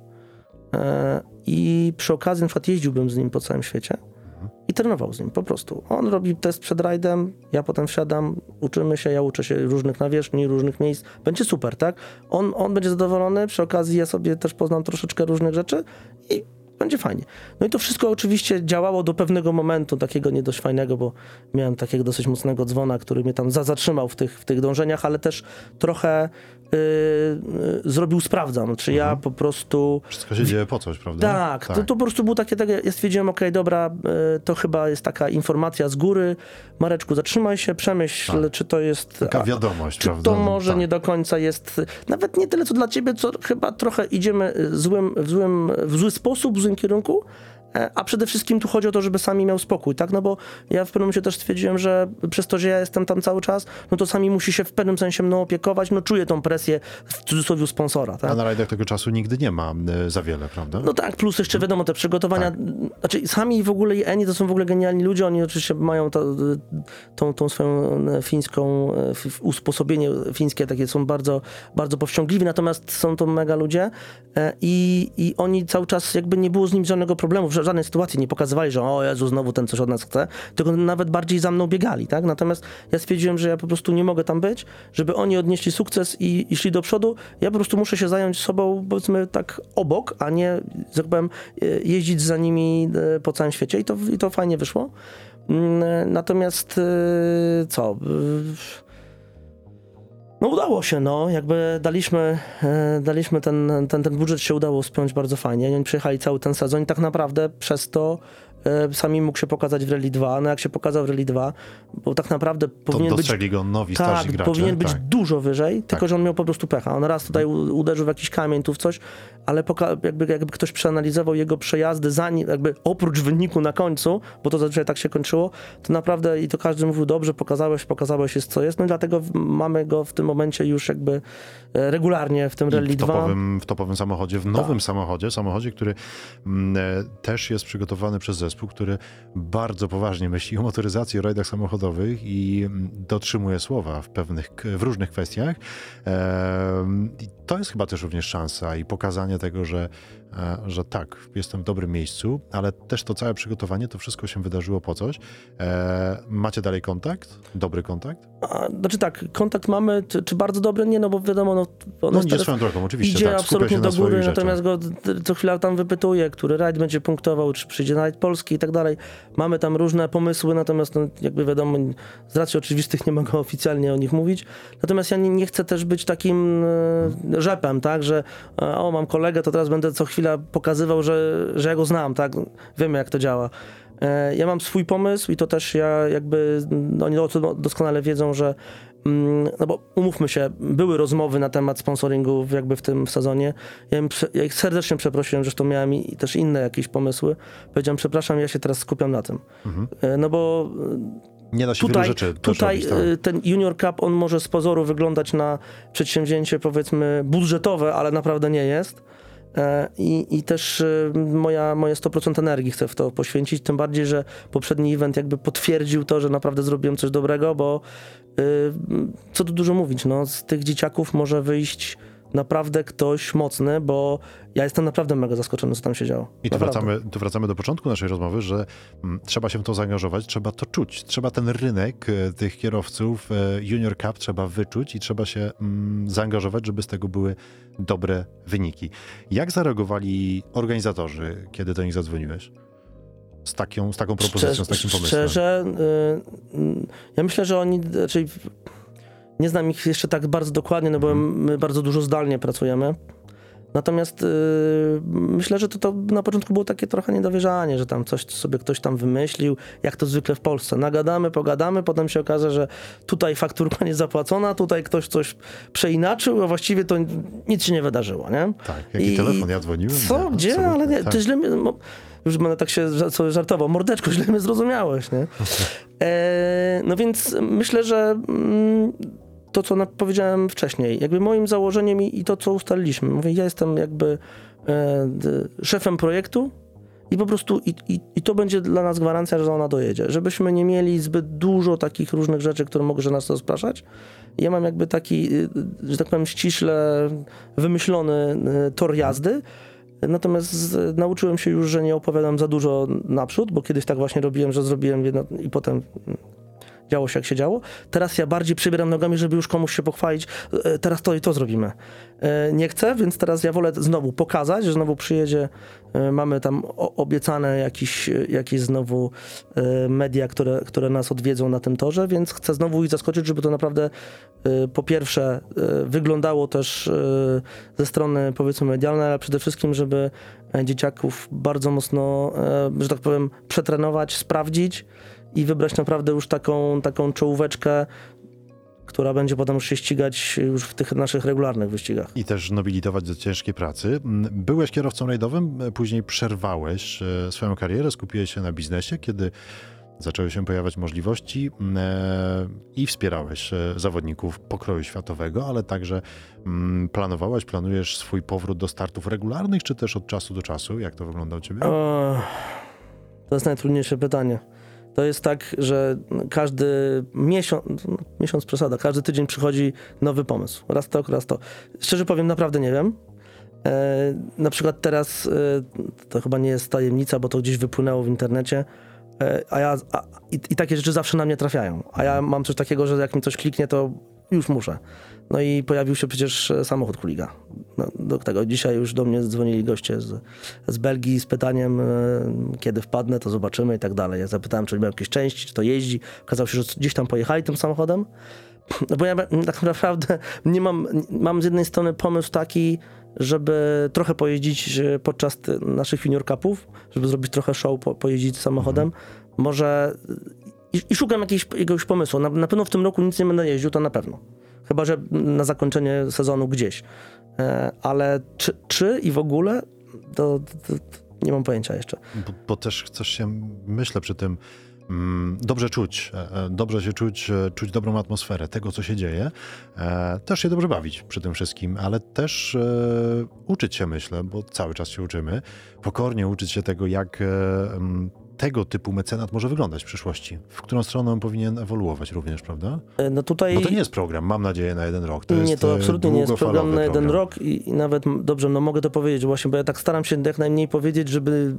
i przy okazji na przykład jeździłbym z nim po całym świecie i trenował z nim po prostu. On robi test przed rajdem, ja potem wsiadam, uczymy się, ja uczę się różnych nawierzchni, różnych miejsc. Będzie super, tak? On będzie zadowolony, przy okazji ja sobie też poznam troszeczkę różnych rzeczy i będzie fajnie. No i to wszystko oczywiście działało do pewnego momentu, takiego nie dość fajnego, bo miałem takiego dosyć mocnego dzwona, który mnie tam zatrzymał w tych dążeniach, ale też trochę zrobił sprawdzam, czy ja po prostu... Wszystko się dzieje po coś, prawda? Tak. To po prostu było takie, ja stwierdziłem, okej, dobra, to chyba jest taka informacja z góry, Mareczku, zatrzymaj się, przemyśl, czy to jest... Taka wiadomość, czy prawda? to może nie do końca jest, nawet nie tyle co dla ciebie, co chyba trochę idziemy w zły sposób, w złym kierunku, a przede wszystkim tu chodzi o to, żeby sami miał spokój, tak? No bo ja w pewnym momencie też stwierdziłem, że przez to, że ja jestem tam cały czas, no to sami musi się w pewnym sensie mną opiekować, no czuję tą presję w cudzysłowie sponsora, tak? A na rajdach tego czasu nigdy nie ma za wiele, prawda? No tak, plus jeszcze wiadomo, te przygotowania, znaczy sami w ogóle i Eni to są w ogóle genialni ludzie, oni oczywiście mają tą swoją fińską, usposobienie fińskie, takie są bardzo, bardzo powściągliwi, natomiast są to mega ludzie i oni cały czas jakby nie było z nim żadnego problemu, w żadnej sytuacji nie pokazywali, że o Jezu, znowu ten coś od nas chce, tylko nawet bardziej za mną biegali, tak? Natomiast ja stwierdziłem, że ja po prostu nie mogę tam być, żeby oni odnieśli sukces i szli do przodu, ja po prostu muszę się zająć sobą, powiedzmy tak obok, a nie, że tak powiem, jeździć za nimi po całym świecie i to fajnie wyszło. Natomiast co? No udało się, no, jakby daliśmy ten budżet się udało spiąć bardzo fajnie. Oni przyjechali cały ten sezon i tak naprawdę przez to sami mógł się pokazać w Rally 2. No jak się pokazał w Rally 2, bo tak naprawdę powinien być... dostrzegli go nowi, starsi gracze. Powinien być dużo wyżej, tylko że on miał po prostu pecha. On raz tutaj uderzył w jakiś kamień, tu w coś, ale jakby ktoś przeanalizował jego przejazdy jakby oprócz wyniku na końcu, bo to zazwyczaj tak się kończyło, to naprawdę i to każdy mówił, dobrze, pokazałeś jest co jest, no i dlatego mamy go w tym momencie już jakby regularnie w tym Rally 2. W topowym samochodzie, w nowym samochodzie, który też jest przygotowany przez zespół, który bardzo poważnie myśli o motoryzacji, o rajdach samochodowych i dotrzymuje słowa w różnych kwestiach. I to jest chyba też również szansa i pokazanie tego, że tak, jestem w dobrym miejscu, ale też to całe przygotowanie, to wszystko się wydarzyło po coś. Macie dalej kontakt? Dobry kontakt? Znaczy tak, kontakt mamy, czy bardzo dobry? Nie, no bo wiadomo, on idzie swoją drogą, oczywiście. Idzie tak, absolutnie do góry, natomiast go co chwila tam wypytuje, który rajd będzie punktował, czy przyjdzie na rajd polski i tak dalej. Mamy tam różne pomysły, natomiast no, jakby wiadomo, z racji oczywistych nie mogę oficjalnie o nich mówić. Natomiast ja nie chcę też być takim rzepem, tak, że mam kolegę, to teraz będę co chwila pokazywał, że ja go znam, tak, wiemy jak to działa. Ja mam swój pomysł i to też ja jakby, oni doskonale wiedzą, że no bo umówmy się, były rozmowy na temat sponsoringu jakby w tym sezonie. Ja ich serdecznie przeprosiłem, zresztą miałem i też inne jakieś pomysły. Powiedziałem, przepraszam, ja się teraz skupiam na tym. No bo nie da się wielu rzeczy robić, tak. Ten Junior Cup, on może z pozoru wyglądać na przedsięwzięcie powiedzmy budżetowe, ale naprawdę nie jest. I też moje 100% energii chcę w to poświęcić, tym bardziej, że poprzedni event jakby potwierdził to, że naprawdę zrobiłem coś dobrego, bo co tu dużo mówić, no, z tych dzieciaków może wyjść naprawdę ktoś mocny, bo ja jestem naprawdę mega zaskoczony, co tam się działo. I tu wracamy do początku naszej rozmowy, że trzeba się w to zaangażować, trzeba to czuć. Trzeba ten rynek tych kierowców Junior Cup trzeba wyczuć i trzeba się zaangażować, żeby z tego były dobre wyniki. Jak zareagowali organizatorzy, kiedy do nich zadzwoniłeś? Z taką propozycją, z takim pomysłem? Szczerze, ja myślę, że oni... Znaczy, nie znam ich jeszcze tak bardzo dokładnie, no bo my bardzo dużo zdalnie pracujemy. Natomiast myślę, że to na początku było takie trochę niedowierzanie, że tam coś sobie ktoś tam wymyślił, jak to zwykle w Polsce. Nagadamy, pogadamy, potem się okaże, że tutaj fakturka nie zapłacona, tutaj ktoś coś przeinaczył, a właściwie to nic się nie wydarzyło, nie? Tak, jaki telefon, ja dzwoniłem. Co? Gdzie? Ale nie, tak. Ty źle mnie... Już będę tak się sobie żartował. Mordeczko, źle mnie zrozumiałeś, nie? No więc myślę, że to, co powiedziałem wcześniej, jakby moim założeniem i to, co ustaliliśmy. Mówię, ja jestem jakby szefem projektu i po prostu i to będzie dla nas gwarancja, że ona dojedzie. Żebyśmy nie mieli zbyt dużo takich różnych rzeczy, które mogą nas rozpraszać. Ja mam jakby taki, że tak powiem, ściśle wymyślony tor jazdy. Natomiast nauczyłem się już, że nie opowiadam za dużo naprzód, bo kiedyś tak właśnie robiłem, że zrobiłem jedno i potem działo się jak się działo. Teraz ja bardziej przybieram nogami, żeby już komuś się pochwalić, teraz to i to zrobimy. Nie chcę, więc teraz ja wolę znowu pokazać, że znowu przyjedzie, mamy tam obiecane jakieś znowu media, które nas odwiedzą na tym torze, więc chcę znowu ich zaskoczyć, żeby to naprawdę po pierwsze wyglądało też ze strony powiedzmy medialnej, ale przede wszystkim, żeby dzieciaków bardzo mocno, że tak powiem, przetrenować, sprawdzić i wybrać naprawdę już taką czołóweczkę, która będzie potem już się ścigać już w tych naszych regularnych wyścigach. I też nobilitować do ciężkiej pracy. Byłeś kierowcą rajdowym, później przerwałeś swoją karierę, skupiłeś się na biznesie, kiedy zaczęły się pojawiać możliwości i wspierałeś zawodników pokroju światowego, ale także planujesz swój powrót do startów regularnych, czy też od czasu do czasu? Jak to wygląda u ciebie? To jest najtrudniejsze pytanie. To jest tak, że każdy miesiąc przesada, każdy tydzień przychodzi nowy pomysł. Raz to. Szczerze powiem, naprawdę nie wiem. Na przykład teraz, to chyba nie jest tajemnica, bo to gdzieś wypłynęło w internecie, i takie rzeczy zawsze na mnie trafiają. A ja mam coś takiego, że jak mi coś kliknie, to już muszę. No i pojawił się przecież samochód Kuliga. No, do tego dzisiaj już do mnie dzwonili goście z Belgii z pytaniem, kiedy wpadnę, to zobaczymy i tak dalej. Ja zapytałem, czy miał jakieś części, czy to jeździ. Okazało się, że gdzieś tam pojechali tym samochodem. No bo ja tak naprawdę mam z jednej strony pomysł taki, żeby trochę pojeździć podczas naszych junior cupów, żeby zrobić trochę show, pojeździć samochodem. Może i szukam jakiegoś pomysłu. Na pewno w tym roku nic nie będę jeździł, to na pewno. Chyba że na zakończenie sezonu gdzieś. Ale czy i w ogóle, to nie mam pojęcia jeszcze. Bo też chcesz się, myślę, przy tym dobrze się czuć dobrą atmosferę tego, co się dzieje. Też się dobrze bawić przy tym wszystkim, ale też uczyć się, myślę, bo cały czas się uczymy. Pokornie uczyć się tego, jak tego typu mecenat może wyglądać w przyszłości. W którą stronę on powinien ewoluować również, prawda? No tutaj... Bo to nie jest program, mam nadzieję, na 1 rok. To absolutnie nie jest program na 1 rok i nawet, dobrze, no mogę to powiedzieć właśnie, bo ja tak staram się jak najmniej powiedzieć, żeby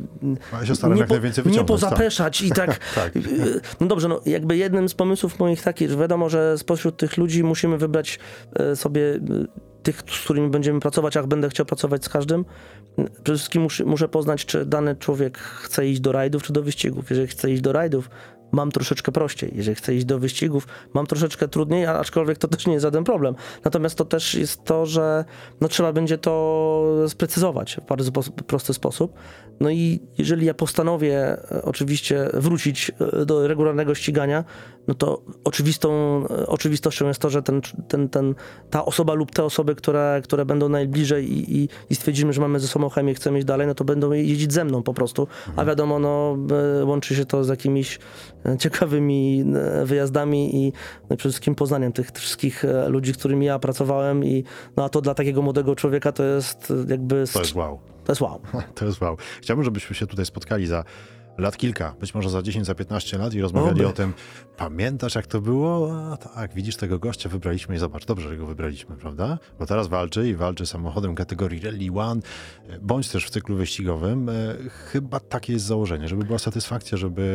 nie pozapeszać i tak. Tak. No dobrze, no jakby jednym z pomysłów moich takich, że wiadomo, że spośród tych ludzi musimy wybrać sobie tych, z którymi będziemy pracować, a będę chciał pracować z każdym. Przede wszystkim muszę poznać, czy dany człowiek chce iść do rajdów, czy do wyścigów. Jeżeli chce iść do rajdów, mam troszeczkę prościej. Jeżeli chcę iść do wyścigów, mam troszeczkę trudniej, aczkolwiek to też nie jest żaden problem. Natomiast to też jest to, że trzeba będzie to sprecyzować w bardzo prosty sposób. No i jeżeli ja postanowię oczywiście wrócić do regularnego ścigania, no to oczywistością jest to, że ta osoba lub te osoby, które będą najbliżej i stwierdzimy, że mamy ze sobą chemię, chcemy iść dalej, no to będą jeździć ze mną po prostu. A wiadomo, łączy się to z jakimiś ciekawymi wyjazdami i przede wszystkim poznaniem tych wszystkich ludzi, z którymi ja pracowałem a to dla takiego młodego człowieka to jest jakby... To jest wow. To jest wow. To jest wow. Chciałbym, żebyśmy się tutaj spotkali za lat kilka, być może za 10, za 15 lat i rozmawiali o tym. Pamiętasz, jak to było? A tak, widzisz, tego gościa wybraliśmy i zobacz, dobrze, że go wybraliśmy, prawda? Bo teraz walczy samochodem kategorii Rally One, bądź też w cyklu wyścigowym. Chyba takie jest założenie, żeby była satysfakcja,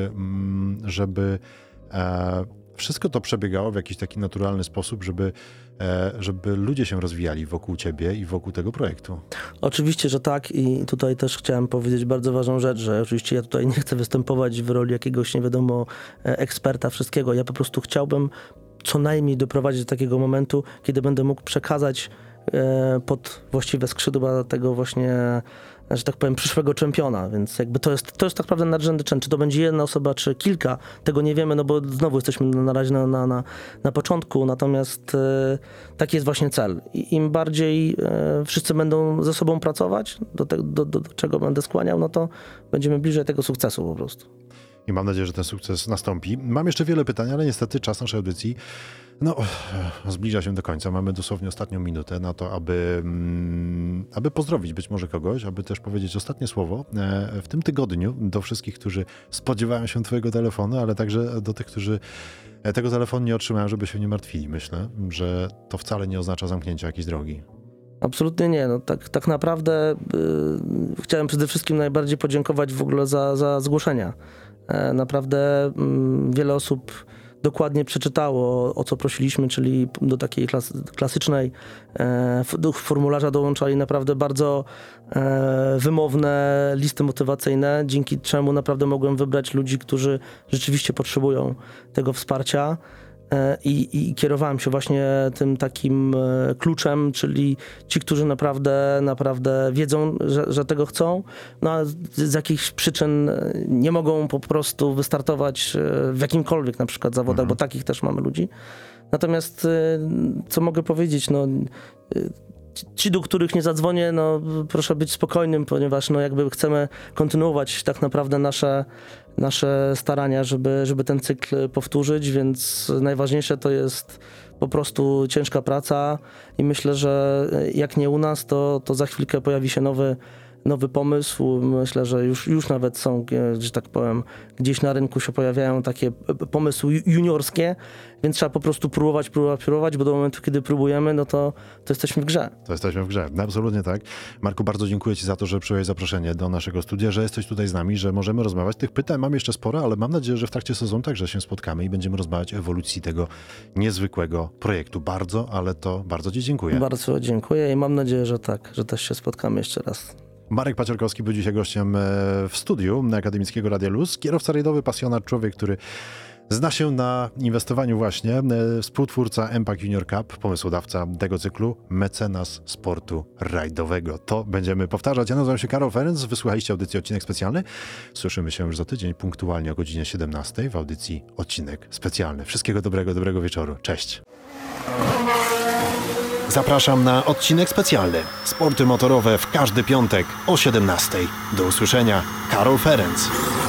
żeby wszystko to przebiegało w jakiś taki naturalny sposób, żeby ludzie się rozwijali wokół ciebie i wokół tego projektu. Oczywiście, że tak i tutaj też chciałem powiedzieć bardzo ważną rzecz, że oczywiście ja tutaj nie chcę występować w roli jakiegoś nie wiadomo eksperta wszystkiego. Ja po prostu chciałbym co najmniej doprowadzić do takiego momentu, kiedy będę mógł przekazać pod właściwe skrzydła tego właśnie, że tak powiem, przyszłego czempiona, więc jakby to jest tak naprawdę nadrzędny czyn. Czy to będzie jedna osoba, czy kilka, tego nie wiemy, no bo znowu jesteśmy na razie na początku, natomiast taki jest właśnie cel. I im bardziej wszyscy będą ze sobą pracować, do czego będę skłaniał, no to będziemy bliżej tego sukcesu po prostu. I mam nadzieję, że ten sukces nastąpi. Mam jeszcze wiele pytań, ale niestety czas naszej audycji zbliża się do końca. Mamy dosłownie ostatnią minutę na to, aby pozdrowić być może kogoś, aby też powiedzieć ostatnie słowo w tym tygodniu do wszystkich, którzy spodziewają się twojego telefonu, ale także do tych, którzy tego telefonu nie otrzymają, żeby się nie martwili. Myślę, że to wcale nie oznacza zamknięcia jakiejś drogi. Absolutnie nie. Tak naprawdę chciałem przede wszystkim najbardziej podziękować w ogóle za zgłoszenia. Naprawdę wiele osób dokładnie przeczytało, o co prosiliśmy, czyli do takiej klasycznej do formularza dołączali naprawdę bardzo wymowne listy motywacyjne, dzięki czemu naprawdę mogłem wybrać ludzi, którzy rzeczywiście potrzebują tego wsparcia. I kierowałem się właśnie tym takim kluczem, czyli ci, którzy naprawdę wiedzą, że tego chcą, no a z jakichś przyczyn nie mogą po prostu wystartować w jakimkolwiek na przykład zawodach, bo takich też mamy ludzi. Natomiast co mogę powiedzieć, no ci, do których nie zadzwonię, no proszę być spokojnym, ponieważ no jakby chcemy kontynuować tak naprawdę nasze starania, żeby ten cykl powtórzyć, więc najważniejsze to jest po prostu ciężka praca i myślę, że jak nie u nas, to za chwilkę pojawi się nowy pomysł. Myślę, że już nawet są, że tak powiem, gdzieś na rynku się pojawiają takie pomysły juniorskie, więc trzeba po prostu próbować, bo do momentu, kiedy próbujemy, no to jesteśmy w grze. To jesteśmy w grze, absolutnie tak. Marku, bardzo dziękuję Ci za to, że przyjąłeś zaproszenie do naszego studia, że jesteś tutaj z nami, że możemy rozmawiać. Tych pytań mam jeszcze sporo, ale mam nadzieję, że w trakcie sezonu także się spotkamy i będziemy rozmawiać o ewolucji tego niezwykłego projektu. Bardzo Ci dziękuję. Bardzo dziękuję i mam nadzieję, że tak, że też się spotkamy jeszcze raz. Marek Paciorkowski był dzisiaj gościem w studiu Akademickiego Radia Luz. Kierowca rajdowy, pasjonat, człowiek, który zna się na inwestowaniu właśnie. Współtwórca MPAC Junior Cup, pomysłodawca tego cyklu, mecenas sportu rajdowego. To będziemy powtarzać. Ja nazywam się Karol Ferenc. Wysłuchaliście audycji Odcinek Specjalny. Słyszymy się już za tydzień punktualnie o godzinie 17 w audycji Odcinek Specjalny. Wszystkiego dobrego wieczoru. Cześć. Zapraszam na odcinek specjalny. Sporty motorowe w każdy piątek o 17. Do usłyszenia. Karol Ferenc.